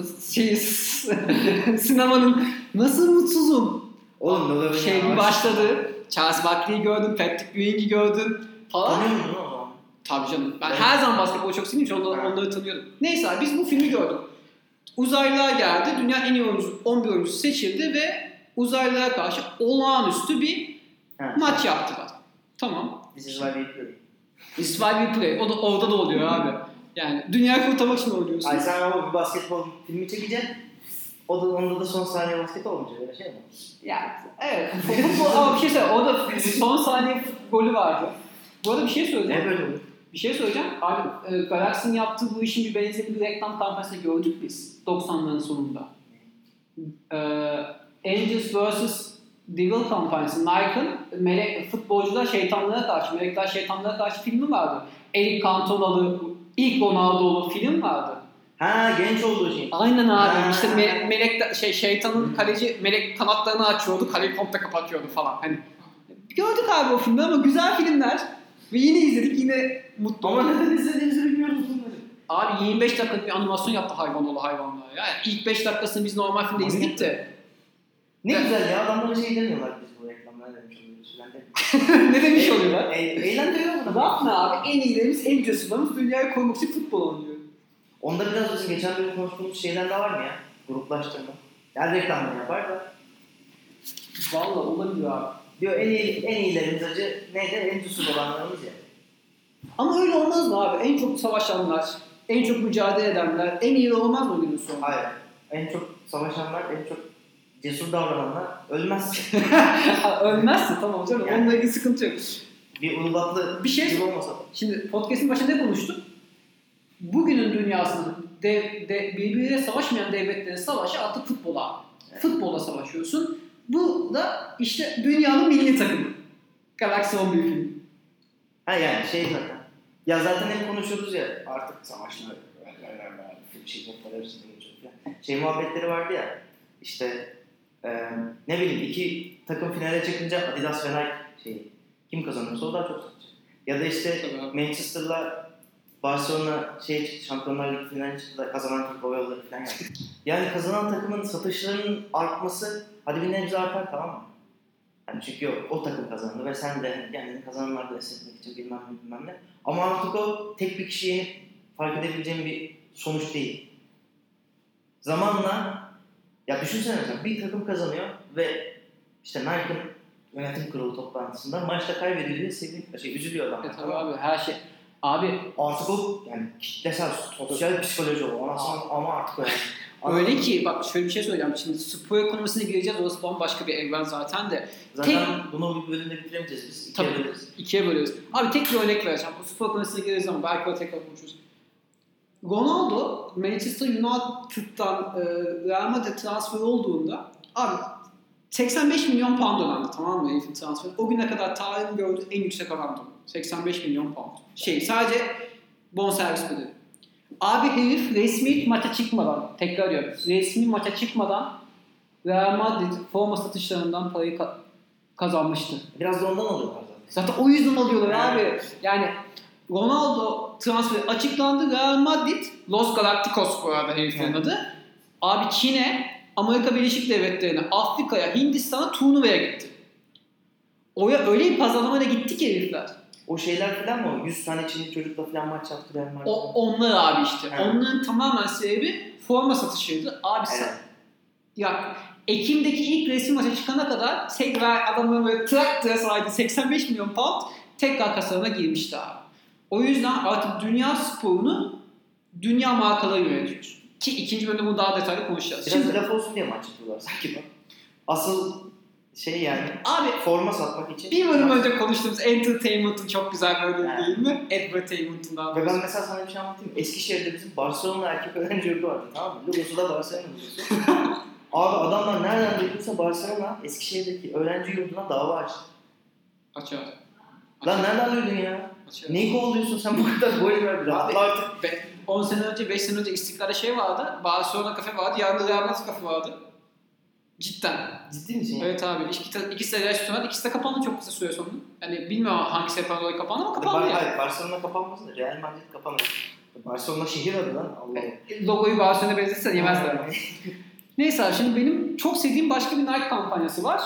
sinemanın nasıl mutsuzum. Oğlum bir başladı. Charles Barkley'i gördüm, Patrick Ewing'i gördüm falan. Tanıyor musun o zaman? Tabii canım. Ben her zaman basketbolu çok sevdiğim için onları tanıyordum. Neyse abi biz bu filmi gördük. Uzaylılar geldi. Dünya en iyi 11 oyuncusu seçildi ve uzaylılara karşı olağanüstü bir maç yaptılar. Tamam. This is why we play. This is why we play. O da orada da oluyor abi. Yani dünyayı kurtarmak için oynuyorsun. Ay sen o bir basketbol filmi çekeceksin. Onda da son saniye basket olmayacak öyle şey mi? Yani evet. Ama bir şey söyleyeyim. Orada son saniye golü vardı. Bu arada bir şey söyleyeceğim. Ne böyle olur? Bir şey söyleyeceğim. Abi Galaxy'nin yaptığı bu işin bir benzerini bir reklam kampanyasında gördük biz. 90'ların sonunda. Angels vs. Devil kampanyası. Nike'ın futbolcular şeytanlara karşı, melekler şeytanlara karşı filmi vardı. Eric Cantona'lı, ilk Ronaldo'lu film vardı. Ha genç olduğu şey. Aynen abi. İşte melek şeytanın kaleci melek kanatlarını açıyordu, kaleyi komple kapatıyordu falan. Hani gördük abi o filmi ama güzel filmler. Ve yine izledik, yine mutlu. Ama neden izlediğimizi bilmiyoruz bunları. Abi 25 dakikalık bir animasyon yaptı hayvanlar. Yani ilk 5 dakikasını biz normal filmde izledik de. Ne güzel ya, adamlara şey demiyorlar biz bu reklamlara demiş oluyoruz. Ne demiş oluyorlar? Eğlendiriyor mu? Bak ne abi, en iyilerimiz, en cesurlarımız dünyayı korumak için futbol oynuyor. Onda biraz bizim geçen bölüm konuştuğumuz şeyler de var mı ya? Gruplaştırma. Yani reklamını yapar da. Valla olabilir abi. Diyor en iyilerimiz acı neydi? En cesur olanlarımız ya. Ama öyle olmaz mı abi? En çok savaşanlar, en çok mücadele edenler, en iyi olmaz mı günün sonunda? Hayır. En çok savaşanlar, en çok cesur davrananlar ölmez. Ölmezsin tamam canım. Yani. Onunla ilgili sıkıntı yok. Bir ulubatlı Bir şey olmasa. Şimdi podcast'in başında ne konuştuk? Bugünün dünyasında birbiriyle savaşmayan devletlerin savaşı artık futbola. Evet. Futbola savaşıyorsun. Bu da işte dünyanın milli takımı. Galaxy 11 film. Ha yani şey zaten. Ya zaten hep konuşuyoruz ya artık savaşlar. Şey muhabbetleri vardı ya. İşte ne bileyim iki takım finale çıkınca Adidas ve Nike şeyi. Kim kazanırsa o daha çok satacak. Ya da işte Manchester'la Barcelona Şampiyonlar Ligi finaline çıktı, kazanan takım o yolları falan yaptı. Yani kazanan takımın satışlarının artması hadi bir nebze artar tamam mı? Yani çünkü o takım kazandı ve sen de kendini kazananlarda desteklemek için bilmem ne. Ama artık o tek bir kişiyi yenip fark edebileceğin bir sonuç değil. Zamanla ya düşünsene mesela bir takım kazanıyor ve işte Nike'ın yönetim kurulu toplantısında maçta kaybediyor diye üzülüyor adam. Tabii abi her şey. Abi artık o yani kitlesel, sosyal psikoloji o. Ama artık öyle. Öyle ki bak şöyle bir şey söyleyeceğim. Şimdi spor ekonomisine gireceğiz. Orası bambaşka bir evren zaten de. Zaten bunu bir bölümde bitiremeyeceğiz biz. İkiye böleriz. Abi tek bir örnek vereceğim. Bu spor ekonomisine gireceğiz ama belki o tekrar konuşuruz. Ronaldo Manchester United'dan Real Madrid transfer olduğunda abi 85 milyon pound ödendi tamam mı herifin transferi. O güne kadar tarihin gördüğü en yüksek orandı. 85 milyon pound. Sadece bonservis bedeli. Abi herif resmi maça çıkmadan, tekrar diyorum, resmi maça çıkmadan Real Madrid forma satışlarından parayı kazanmıştı. Biraz da ondan alıyorlar zaten. Zaten o yüzden alıyorlar abi. Yani Ronaldo transferi açıklandı. Real Madrid, Los Galacticos bu arada heriflerin adı. Abi Çin'e, Amerika Birleşik Devletleri'ne, Afrika'ya, Hindistan'a turnuvaya gitti. Oraya öyle bir pazarlamaya gitti ki herifler. O şeyler falan mı? 100 tane Çinli çocukla falan maç yaptı Real Madrid. Onlar abi işte. Evet. Onların tamamen sebebi forma satışıydı. Abi Evet. ya Ekim'deki ilk resim maça çıkana kadar tekrar adamların böyle trak saydı 85 milyon pound tekrar kasalarına girmişti abi. O yüzden artık dünya sporunu dünya markaları yönetiyor. Ki ikinci bölümde bunu daha detaylı konuşacağız. Biraz Şimdi laf olsun diye maç yapıyorlar sanki bak. Asıl yani abi forma satmak için. bir bölüm önce konuştuğumuz entertainment'ın çok güzel bölümü değil mi? Advertainment'ından. Ve ben mesela sana bir şey anlatayım. Eskişehir'de bizim Barcelona erkek öğrenci yurdu vardı, tamam mı? Logosu da Barcelona logosu. Abi adamlar nereden duyduysa Barcelona Eskişehir'deki öğrenci yurduna dava açtı. Açar. Lan nereden duydun ya? Açar. Neyi kovalıyorsun sen bu kadar gol ver bir Abi, artık. 10 sene önce, 5 sene önce İstiklal'de vardı. Barcelona kafe vardı. Yanında Real Madrid kafe vardı. Cidden. Ciddi misin? Evet abi. İkisi de restoran. İkisi de kapandı çok kısa süre sonra. Yani bilmiyorum hangisi yapan dolayı kapandı ama kapandı yani. Hayır, Barcelona kapanmasın da Real Madrid kapanır. Barcelona şehir adı lan. Allah. Logoyu Barcelona'ya benzetsen yemezler. Neyse abi şimdi benim çok sevdiğim başka bir Nike kampanyası var.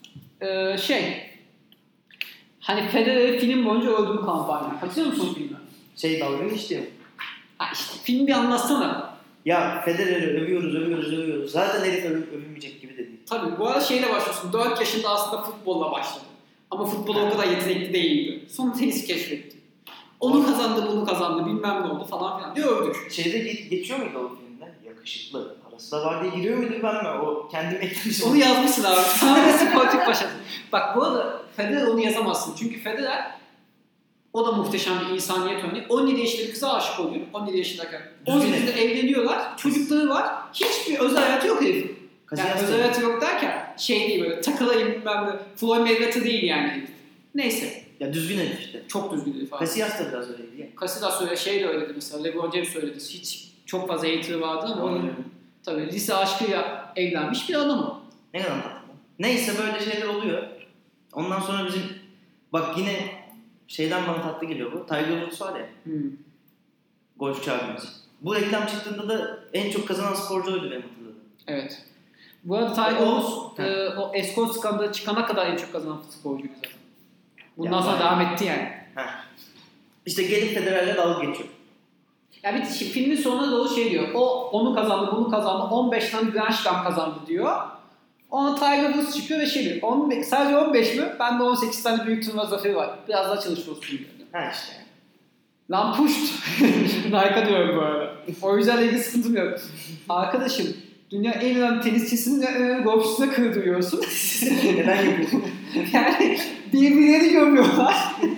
Hani Federer'i film boyunca öldüğüm kampanya. Hatırlıyor musun o filmi? Dalga geçti. Ha işte filmi bir anlatsana. Ya Federer'i övüyoruz. Zaten herif övülmeyecek gibi de değil. Tabii bu arada şeyle başlıyorsun. 4 yaşında aslında futbolla başladı. Ama futbola o kadar yetenekli değildi. Sonra tenisi keşfetti. Onu kazandı, bunu kazandı, bilmem ne oldu falan filan diye övdük. Geçiyor muydu o filmde? Yakışıklı. Parası da var diye giriyor muydu ben mi? O kendim eklemişim. Onu yazmışsın abi. Tamamen sportif başarı. Bak bu arada Federer onu yazamazsın. Çünkü Federer o da muhteşem bir insaniyet örneği. 17 yaşında bir kıza aşık oluyor. 17 yaşındayken. 18'de evleniyorlar. Çocukları var. Hiçbir özel hayatı yok herifin. Yani özel hayatı yok derken değil böyle takılayım bilmem ne. Floyd Mayweather değil yani herif. Neyse. Ya düzgün herif işte. Çok düzgün herif abi. Casillas da biraz öyleydi ya. Casillas de öyledi mesela. LeBron James söyledi. Hiç çok fazla hater'ı vardı ama onun tabii lise aşkıyla evlenmiş bir adam o. Ne kadar tatlı. Neyse böyle şeyler oluyor. Ondan sonra bizim bak yine şeyden bana tatlı geliyor bu. Tiger Woods var ya. Golfçü abimiz. Bu reklam çıktığında da en çok kazanan sporcu oydu benim hatırladığım. Evet. Bu arada Tiger Woods o eskort skandalı çıkana kadar en çok kazanan sporcuydu zaten. Bundan sonra devam etti yani. İşte gelip Federer'le dalga geçiyor. Ya bir filmin sonuna doğru diyor. O onu kazandı, bunu kazandı. 15 tane Grand Slam kazandı diyor. Ona Tiger Woods çıkıyor ve diyor. Sadece 15 mi? Bende 18 tane büyük turnuva zaferi var. Biraz daha çalışıyorsun diyor. İşte. Lan puşt. Nike'a diyorum bu arada. O yüzden ilgili sıkıntım yok. Arkadaşım, dünya en önemli tenisçisini en önemli golfçüsüne kırdırıyorsun. Neden yapıyorsun? Yani birbirlerini görmüyorlar.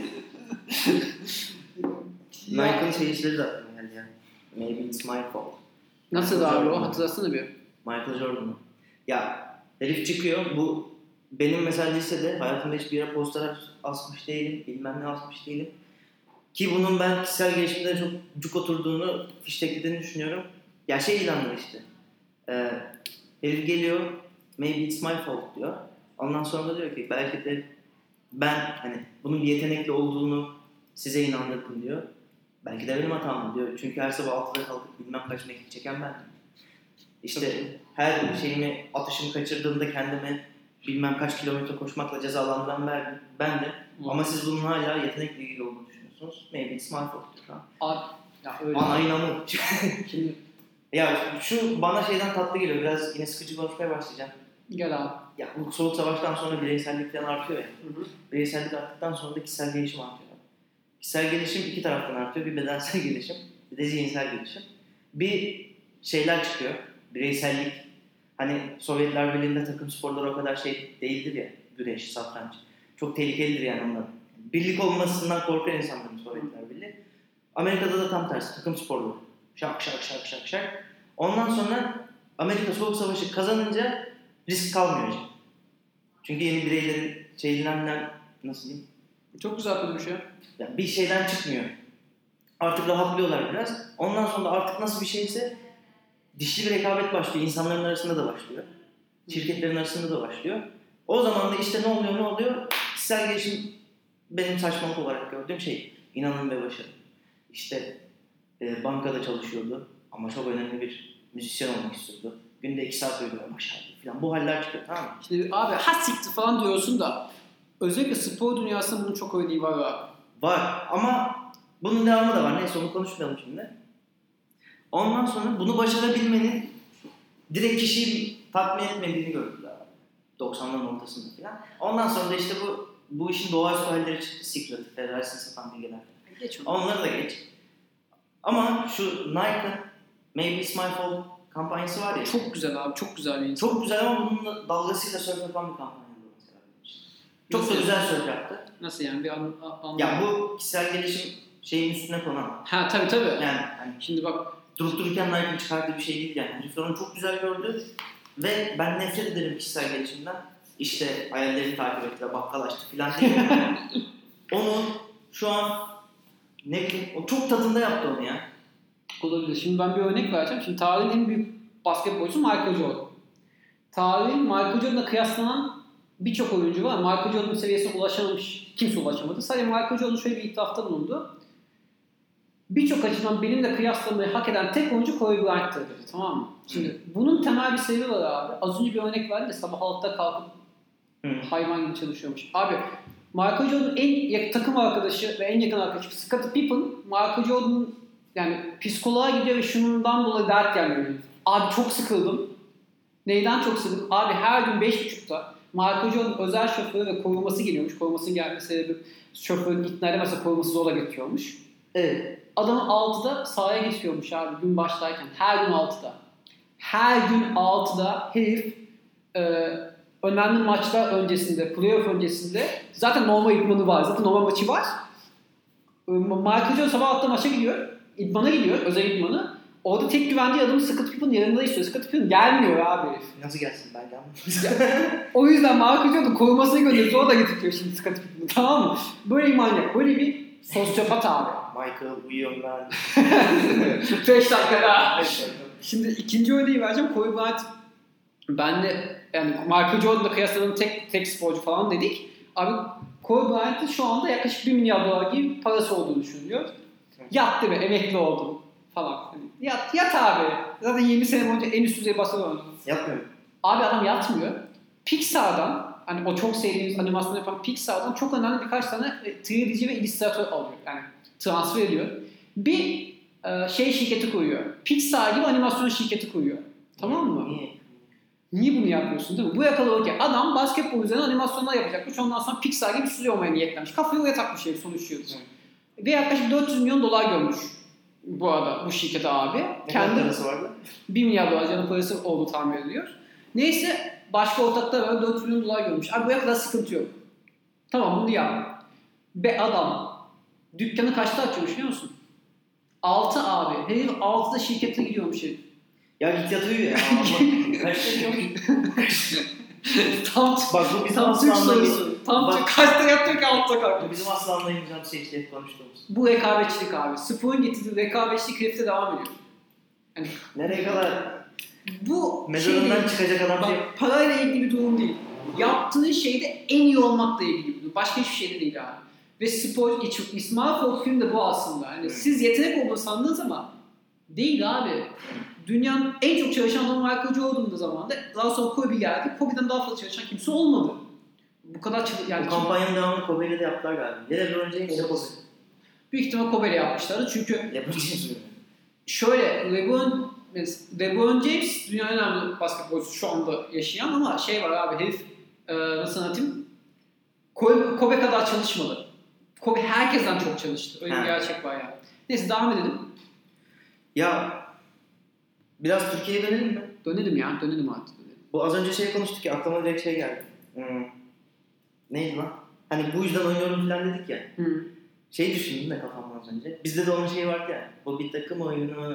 Nike'ın seyircileri de aklıma geldi ya. Maybe it's my fault. Nasıl abi o? Hatırlasana bir. Michael Jordan'ı. Ya herif çıkıyor. Bu benim mesela lisede hayatımda hiçbir yere poster asmış değilim. Bilmem ne asmış değilim. Ki bunun ben kişisel gelişimde çok cuk oturduğunu, fişteklediğini düşünüyorum. Ya ilanlar işte. Herif geliyor. Maybe it's my fault diyor. Ondan sonra da diyor ki belki de ben bunun bir yetenekli olduğunu size inandırdım diyor. Belki de benim hatam diyor. Çünkü her sabah 6'da kalkıp bilmem kaç mekik çeken bendim. İşte her atışımı kaçırdığımda kendime bilmem kaç kilometre koşmakla cezalandıran ben de. Ama siz bunun hala yetenekle ilgili olduğunu düşünüyorsunuz. Maybe it's my fault diyor. Bana inanın. Şimdi ya şu bana şeyden tatlı geliyor. Biraz yine sıkıcı konuşmaya başlayacağım. gel abi. Ya bu soğuk savaştan sonra bireysellik falan artıyor ya. Bireysellik arttıktan sonra da kişisel gelişim artıyor. Kişisel gelişim iki taraftan artıyor. Bir bedensel gelişim, bir de zihinsel gelişim. Bir şeyler çıkıyor. Bireysellik. Sovyetler Birliği'nde takım sporları o kadar değildir ya. Güreş, satranç. Çok tehlikelidir yani onlar. Birlik olmasından korkan insanların Sovyetler Birliği. Amerika'da da tam tersi. Takım sporları. Şak. Ondan sonra Amerika Soğuk Savaşı kazanınca risk kalmıyor. Çünkü yeni bireylerin Çok güzel konuşmuş ya. Yani bir şeyden çıkmıyor. Artık rahatlıyorlar biraz. Ondan sonra da artık nasıl bir şeyse dişli bir rekabet başlıyor. İnsanların arasında da başlıyor. Şirketlerin arasında da başlıyor. O zaman da işte ne oluyor? Kişisel gelişim benim saçmalık olarak gördüğüm şey. İnanın ve başarı. İşte bankada çalışıyordu ama çok önemli bir müzisyen olmak istiyordu. Günde 2 saat uyumaya başladı falan. Bu haller çıkıyor, tamam mı? Şimdi abi siktir falan diyorsun da özellikle spor dünyasında bunun çok örneği var abi. Var ama bunun devamı da var. Neyse onu konuşmayalım şimdi. Ondan sonra bunu başarabilmenin direkt kişiyi tatmin etmediğini gördüler. 90'ların ortasında falan. Ondan sonra da işte bu işin doğaüstü halleri çıktı. Secret, Federation satan bilgiler. Geç onu. Onları da geç. Ama şu Nike'ın Maybe It's My Fault kampanyası var ya. Çok güzel abi. Çok güzel bir insan. Çok güzel ama bunun da dalgasıyla surf yapan bir kampanya. Çok da güzel surf yaptı. Nasıl yani? Bir Ya bu kişisel gelişim şeyin üstüne konan. Ha tabii. Yani hani Şimdi bak durup dururken Nike'ın çıkardığı bir şey değil yani. Herifler onu çok güzel gördü. Ve ben nefret ederim kişisel gelişimden. İşte hayallerini takip ettiler, bakkal açtı filan değil. Onu şu an ne bileyim o çok tadında yaptı onu ya. olabilir. Şimdi ben bir örnek vereceğim. Şimdi tarihin en büyük basketbolcusu Michael Jordan. Tarihin Michael Jordan'la kıyaslanan birçok oyuncu var. Michael Jordan'ın seviyesine ulaşamamış. Kimse ulaşamadı. Sadece Michael Jordan şöyle bir itirafta bulundu. Birçok açıdan benimle kıyaslamayı hak eden tek oyuncu Kobe Bryant'tır dedi. Tamam mı? Şimdi bunun temel bir sebebi var abi. Az önce bir örnek verdim de sabah 6'da kalkıp hayvan gibi çalışıyormuş. Abi Michael Jordan'ın en takım arkadaşı ve en yakın arkadaşı Scottie Pippen, Michael Jordan'ın yani psikoloğa gidiyor ve şundan dolayı dert gelmiyor. Abi çok sıkıldım. Neyden çok sıkıldım? Abi her gün 5.30'da Michael Jordan'ın özel şoförü ve koruması geliyormuş. Korumasının gelmesi sebebi şoförün ikna edemezse koruması zorla getiriyormuş. Evet. Adamı 6'da sahaya getiriyormuş abi gün başlarken. Her gün 6'da. Her gün 6'da herif önemli maçlar öncesinde, playoff öncesinde zaten normal idmanı var. Zaten normal maçı var. Michael Jordan sabah 6'da maça gidiyor. İdmana gidiyor. Özel idmanı. Orada tek güvendiği adamı Scottie Pippen yanında istiyor. Scottie Pippen gelmiyor abi herif. Nasıl gelsin ben gelmem. O yüzden Michael Jordan korumasını gönderiyor. O da getiriyor şimdi Scottie Pippen'ı. Tamam mı? Böyle bir manyak. Böyle bir sosyopat abi. Michael uyuyorum ben. 5 dakikada. Şimdi ikinci örneği vereceğim. Kobe Bryant ben de yani Michael Jordan'la kıyasladığım tek sporcu falan dedik. Abi Kobe Bryant'ın şu anda yaklaşık $1 milyar gibi parası olduğunu düşünülüyor. Yattı ve emekli oldu falan. Yat abi. Zaten 20 sene boyunca en üst düzey basın oynadı. Yapmıyorum. Abi adam yatmıyor. Pixar'dan hani o çok sevdiğimiz animasyon yapan Pixar'dan çok önemli birkaç tane 3D'ci ve illüstratör alıyor. Yani transfer ediyor. Bir şirketi kuruyor. Pixar gibi animasyon şirketi kuruyor. Tamam mı? Niye bunu yapıyorsun değil mi? Bu yakalı ki adam basketbol üzerine animasyonlar yapacakmış. Ondan sonra Pixar gibi stüdyo olmaya niyetlenmiş. Kafayı oraya takmış herif sonuçluyordu. Ve yaklaşık $400 milyon görmüş bu arada bu şirkete abi. Ne Kendi kadar parası vardı? $1 milyar canın parası olduğu tahmin ediliyor. Neyse başka ortaklar var $400 milyon görmüş. Abi bu kadar sıkıntı yok. Tamam bunu yap. Ve adam dükkanı kaçta açıyormuş biliyor musun? 6 abi. Herif 6'da şirkete gidiyormuş herif. Ya git yat uyu ya. Kaçta gidiyormuş? Tam Bak bu bizim tam Türk aslanla sorusu. Tam kaçta yatıyor ki 6'da kalkıyor. Bu bizim aslanla imzam şey konuştuğumuz. Bu rekabetçilik abi. Sporun getirdiği rekabetçilik kripte devam ediyor. Yani Nereye kadar? bu Mezarından değil. çıkacak adam şey. Bak, parayla ilgili bir durum değil. Yaptığın şeyde en iyi olmakla ilgili bir durum. Başka hiçbir şey de değil abi. Ve spor, İsmail Folk film de bu aslında. Yani siz yetenek olduğunu sandınız ama değil abi. Dünyanın en çok çalışan adamı Michael Jordan'da zamanında. Daha sonra Kobe geldi. Kobe'den daha fazla çalışan kimse olmadı. Bu kadar yani Bu kampanyanın devamını Kobe'yle de yaptılar galiba. Ya da LeBron James ya Kobe. büyük ihtimal Kobe'yle yapmışlardı. Çünkü LeBron James mi? şöyle LeBron James dünyanın en önemli basketbolcusu şu anda yaşayan ama şey var abi herif nasıl anlatayım? Kobe kadar çalışmadı. Kobe herkesten çok çalıştı. Öyle bir gerçek var yani. Neyse devam edelim. Ya biraz Türkiye'ye dönelim mi? Dönelim artık. Dönelim. Bu az önce şey konuştuk ya aklıma direkt şey geldi. Neydi lan? Hani bu yüzden oynuyorum falan dedik ya. Şey düşündüm de kafamdan az önce. Bizde de onun şeyi vardı ya. Bu bir takım oyunu.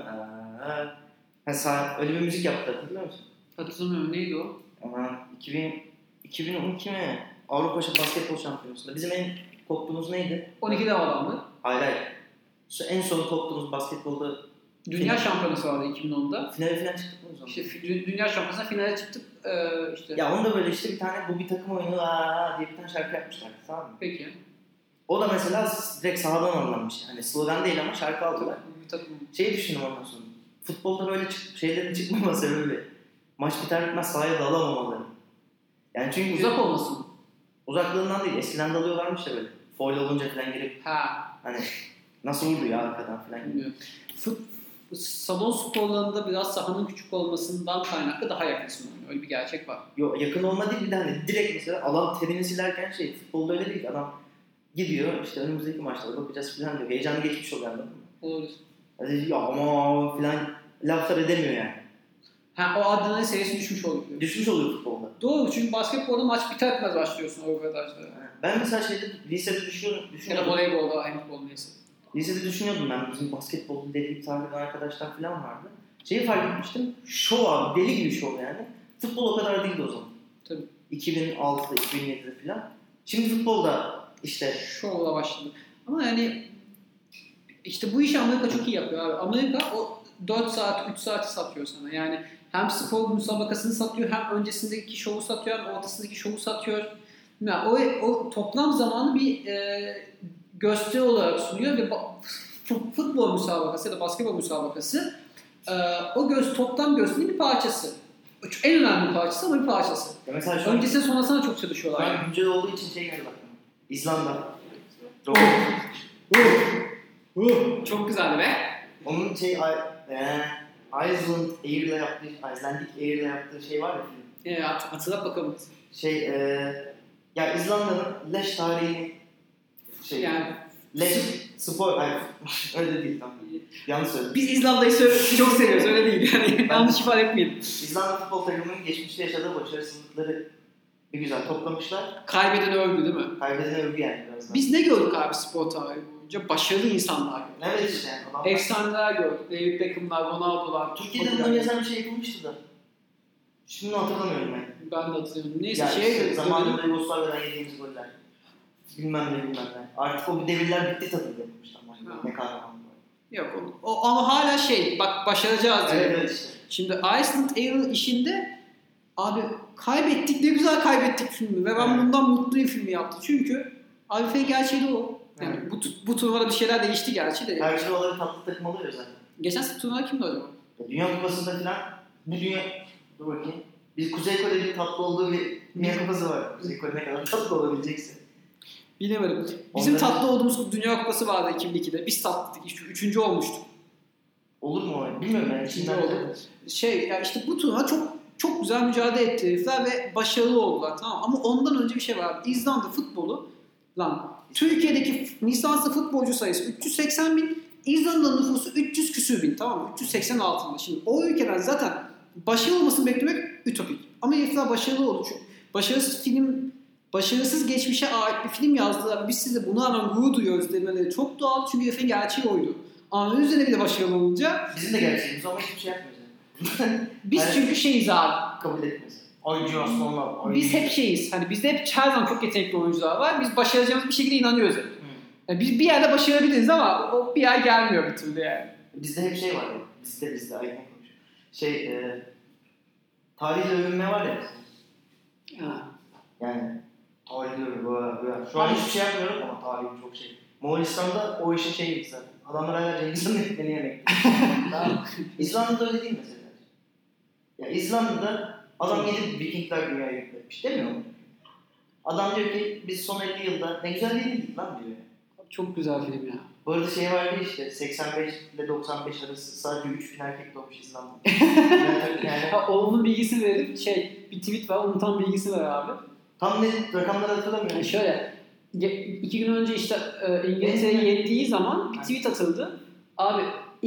Öyle bir müzik yaptı hatırlıyor musun? Hatırlamıyorum. Neydi o? Ama 2012 mi? Avrupa Basketbol Şampiyonası'nda. Bizim en koptuğumuz neydi? 12 dev adamdı. Hayır. En son koptuğumuz basketbolda Dünya şampiyonası vardı 2010'da. finale falan çıktık mı o zaman? İşte dünya şampiyonasına finale çıktık. İşte. Ya onda böyle işte bir tane bu bir takım oyunu diye bir tane şarkı yapmışlar, tamam mı? Peki. O da mesela direkt sahadan anlanmış. Hani slogan değil ama şarkı aldılar. Bir takım. Şeyi düşündüm ondan sonra. Futbolda böyle şeylerin çıkmama sebebi maç biter bitmez sahaya dalamamaları. Yani çünkü Uzak olmasın. uzaklığından değil, eskiden dalıyorlarmış ya böyle. Foul olunca falan girip Ha. hani nasıl vurdu ya arkadan falan gibi. Bilmiyorum. Salon sporlarında biraz sahanın küçük olmasından kaynaklı daha yakınsın oynuyor. Öyle bir gerçek var. Yok, yakın olma değil, bir de hani direkt mesela alan terini silerken futbolda öyle değil, adam gidiyor işte önümüzdeki maçlara bakacağız falan diyor. Heyecanı geçmiş oluyor, anladın mı? Olur. Yani ya ama falan laflar edemiyor yani. Ha, o adrenalin seviyesi düşmüş oluyor. Düşmüş oluyor futbolda. Doğru, çünkü basketbolda maç biter bitmez başlıyorsun o röportajlara. Ben mesela lisede düşünüyordum. Ya da voleybolda, handball neyse. Lisede düşünüyordum ben, bizim basketbolu deli takip eden arkadaşlar falan vardı. Şeyi fark etmiştim, şov abi, deli gibi şov yani. Futbol o kadar değildi o zaman. Tabii. 2006'da, 2007'de falan. Şimdi futbolda işte... Şovla başladı. Ama yani işte bu işi Amerika çok iyi yapıyor abi. Amerika o 4 saat, 3 saati satıyor sana. Yani hem spor müsabakasını satıyor, hem öncesindeki şovu satıyor, hem ortasındaki şovu satıyor. Yani o toplam zamanı bir gösteri olarak sunuyor ve futbol müsabakası ya da basketbol müsabakası o toplam gösterinin bir parçası. En önemli parçası ama bir parçası. Mesela şu Öncesine sonrasına çok çalışıyorlar. ben güncel olduğu için şey geldi aklıma. İzlanda. Çok güzeldi be. Onun Icelandic Air'le yaptığı şey var ya film. Hatırlat bakalım. Ya İzlanda'nın leş tarihini Yani leş spor öyle değil tam. Yanlış söyledim. biz İzlanda'yı çok seviyoruz, öyle değil yani. Yanlış ifade etmeyelim. İzlanda futbol takımının geçmişte yaşadığı başarısızlıkları bir güzel toplamışlar. Kaybeden övgü değil mi? Kaybeden övgü yani biraz daha. Biz ne gördük abi spor tarihi boyunca? Başarılı insanlar gördük. Evet işte yani. Adam... Efsaneler gördük. David Beckham'lar, Ronaldo'lar. Türkiye'de bundan yazan bir şey yapılmıştı da. Şimdi hatırlamıyorum ben. Ben de hatırlıyorum. Neyse Yani zamanında Yugoslavya'dan yediğimiz goller. Bilmem ne. Artık o devirler bitti tabii yapılmış tamam. Ne kahraman. Yok ama hala bak başaracağız diye. Evet işte. Şimdi Iceland Air işinde abi kaybettik, ne güzel kaybettik filmi ve ben bundan mutluyum filmi yaptı. Çünkü AFF gerçeği de o. Yani bu turnuvada bir şeyler değişti gerçi de. Her turnuvaların tatlı takım oluyor zaten. Geçen turnuvada kimdi acaba? Dünya Kupası'nda falan dur bakayım. Bir Kuzey Kore'nin tatlı olduğu bir Dünya Kupası var. Kuzey Kore ne kadar tatlı olabilecekse. Bilemedim. Bizim tatlı olduğumuz Dünya Kupası vardı 2002'de. Biz tatlıydık. Üçüncü olmuştuk. Olur mu o? Bilmiyorum ben. Üçüncü oldu. Ya işte bu turnuva çok güzel mücadele etti herifler ve başarılı oldular, tamam. Ama ondan önce bir şey var. İzlanda futbolu Türkiye'deki lisanslı futbolcu sayısı 380 bin, İzlanda'nın nüfusu 300 küsür bin, tamam mı? 380 altında. Şimdi o ülkeden zaten başarılı olmasını beklemek ütopik. Ama herifler başarılı oldu. Çünkü başarısız geçmişe ait bir film yazdılar. Biz size buna rağmen gurur duyuyoruz demeleri çok doğal. Çünkü herifin gerçeği oydu. Ama üzerine bir de başarılı olunca... Bizim de gerçeğimiz ama hiçbir şey yapmıyoruz. Biz çünkü şeyiz abi. Kabul etmez. Oyuncu aslında. Biz hep şeyiz. Hani bizde hep her zaman çok yetenekli oyuncular var. Biz başaracağımız bir şekilde inanıyoruz. Yani biz bir yerde başarabiliriz ama o bir yer gelmiyor bir türlü yani. Bizde hep şey var ya. Bizde aynen konuşuyor. Tarihle övünme var ya. Yani tarihle övünme. Şu an hiçbir şey yapmıyorum ama tarihim çok şey. Moğolistan'da o işe şey gitti zaten. Adamlar hala Cengiz Han'ın ekmeğini yemek. İzlanda'da öyle değil mesela. Ya İzlanda'da adam gidip Vikingler dünyayı yükletmiş demiyor mu? Adam diyor ki biz son 50 yılda ne güzel değildik lan diyor. Çok güzel film ya. Bu arada şey vardı işte 85 ile 95 arası sadece 3000 erkek doğmuş İzlanda'da. Yani onun bilgisini verelim. Bir tweet var, onun tam bilgisini ver abi. Tam net rakamları hatırlamıyorum. Yani şöyle 2 gün önce işte İngiltere'yi yendiği zaman bir tweet atıldı. Abi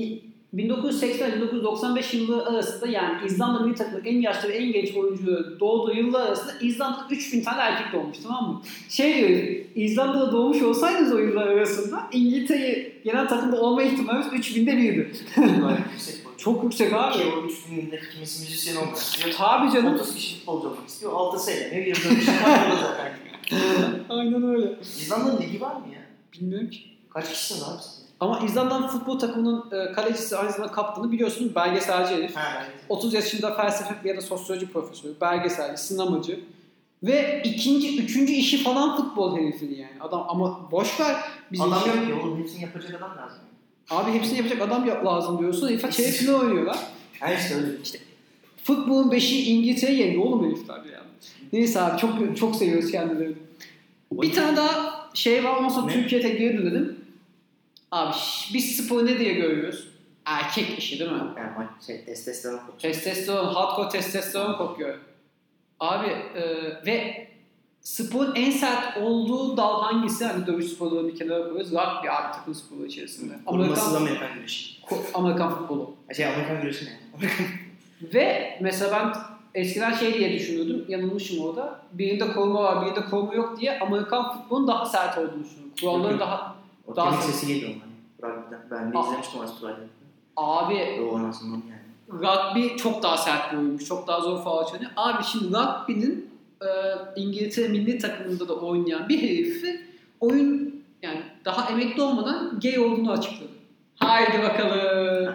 1980-1995 yılı arasında, yani İzlanda milli takımının en yaşlı ve en genç oyuncu doğduğu yıllar arasında İzlanda'da 3000 tane erkek doğmuş, tamam mı? Diyor, İzlanda'da doğmuş olsaydınız o yıllar arasında İngiltere'yi genel takımda olma ihtimalimiz 3000'de birdi. Yüksek boyut. Çok yüksek abi. Ki o üstünlüğünde kimisi müzisyen olmak istiyor. Tabii canım. 30 kişi futbolcu olmak istiyor. 6 sene. 24 kişi var orada zaten. Aynen öyle. İzlanda'nın ligi var mı ya? Bilmiyorum ki. Kaç kişisiniz abi siz? Ama İzlanda'nın futbol takımının kalecisi aynı zamanda kaptanı biliyorsunuz belgeselci herif. Ha, evet. 30 yaşında felsefe ya da sosyoloji profesörü, belgeselci, sinemacı. Ve üçüncü işi falan futbol herifin yani. Adam ama boş ver. Adam yok ki oğlum. Hepsini yapacak adam lazım. Abi hepsini yapacak adam lazım diyorsun. Herifler çeyrek final oynuyorlar. Ha işte öyle. İşte futbolun 5'i İngiltere'ye yeniyor oğlum herifler yani. Neyse abi çok seviyoruz kendilerini. Bir tane daha şey var ondan sonra Ne? Türkiye'ye geri dönelim. Abi biz sporu ne diye görüyoruz? Erkek işi değil mi? Yani testosteron kokuyor. Testosteron, hardcore testosteron kokuyor. Abi ve sporun en sert olduğu dal hangisi? Hani dövüş sporlarını bir kenara koyuyoruz. Rugby abi takım sporu içerisinde. Kurmasız Amerikan güreşi. Amerikan futbolu. Amerikan güreşi ne? Ve mesela ben eskiden şey diye düşünüyordum. Yanılmışım orada. Birinde koruma var, birinde koruma yok diye Amerikan futbolunun daha sert olduğunu düşünüyorum. Kuralları daha... O daha kemik sesi geliyor ondan. Rugby'den. Ben de izlemiştim Avustralya'da. Abi O anasından yani. rugby çok daha sert bir oyunmuş. Çok daha zor faul çalıyor. Abi şimdi rugby'nin İngiltere milli takımında da oynayan bir herifi oyun yani daha emekli olmadan gay olduğunu açıkladı. Haydi bakalım.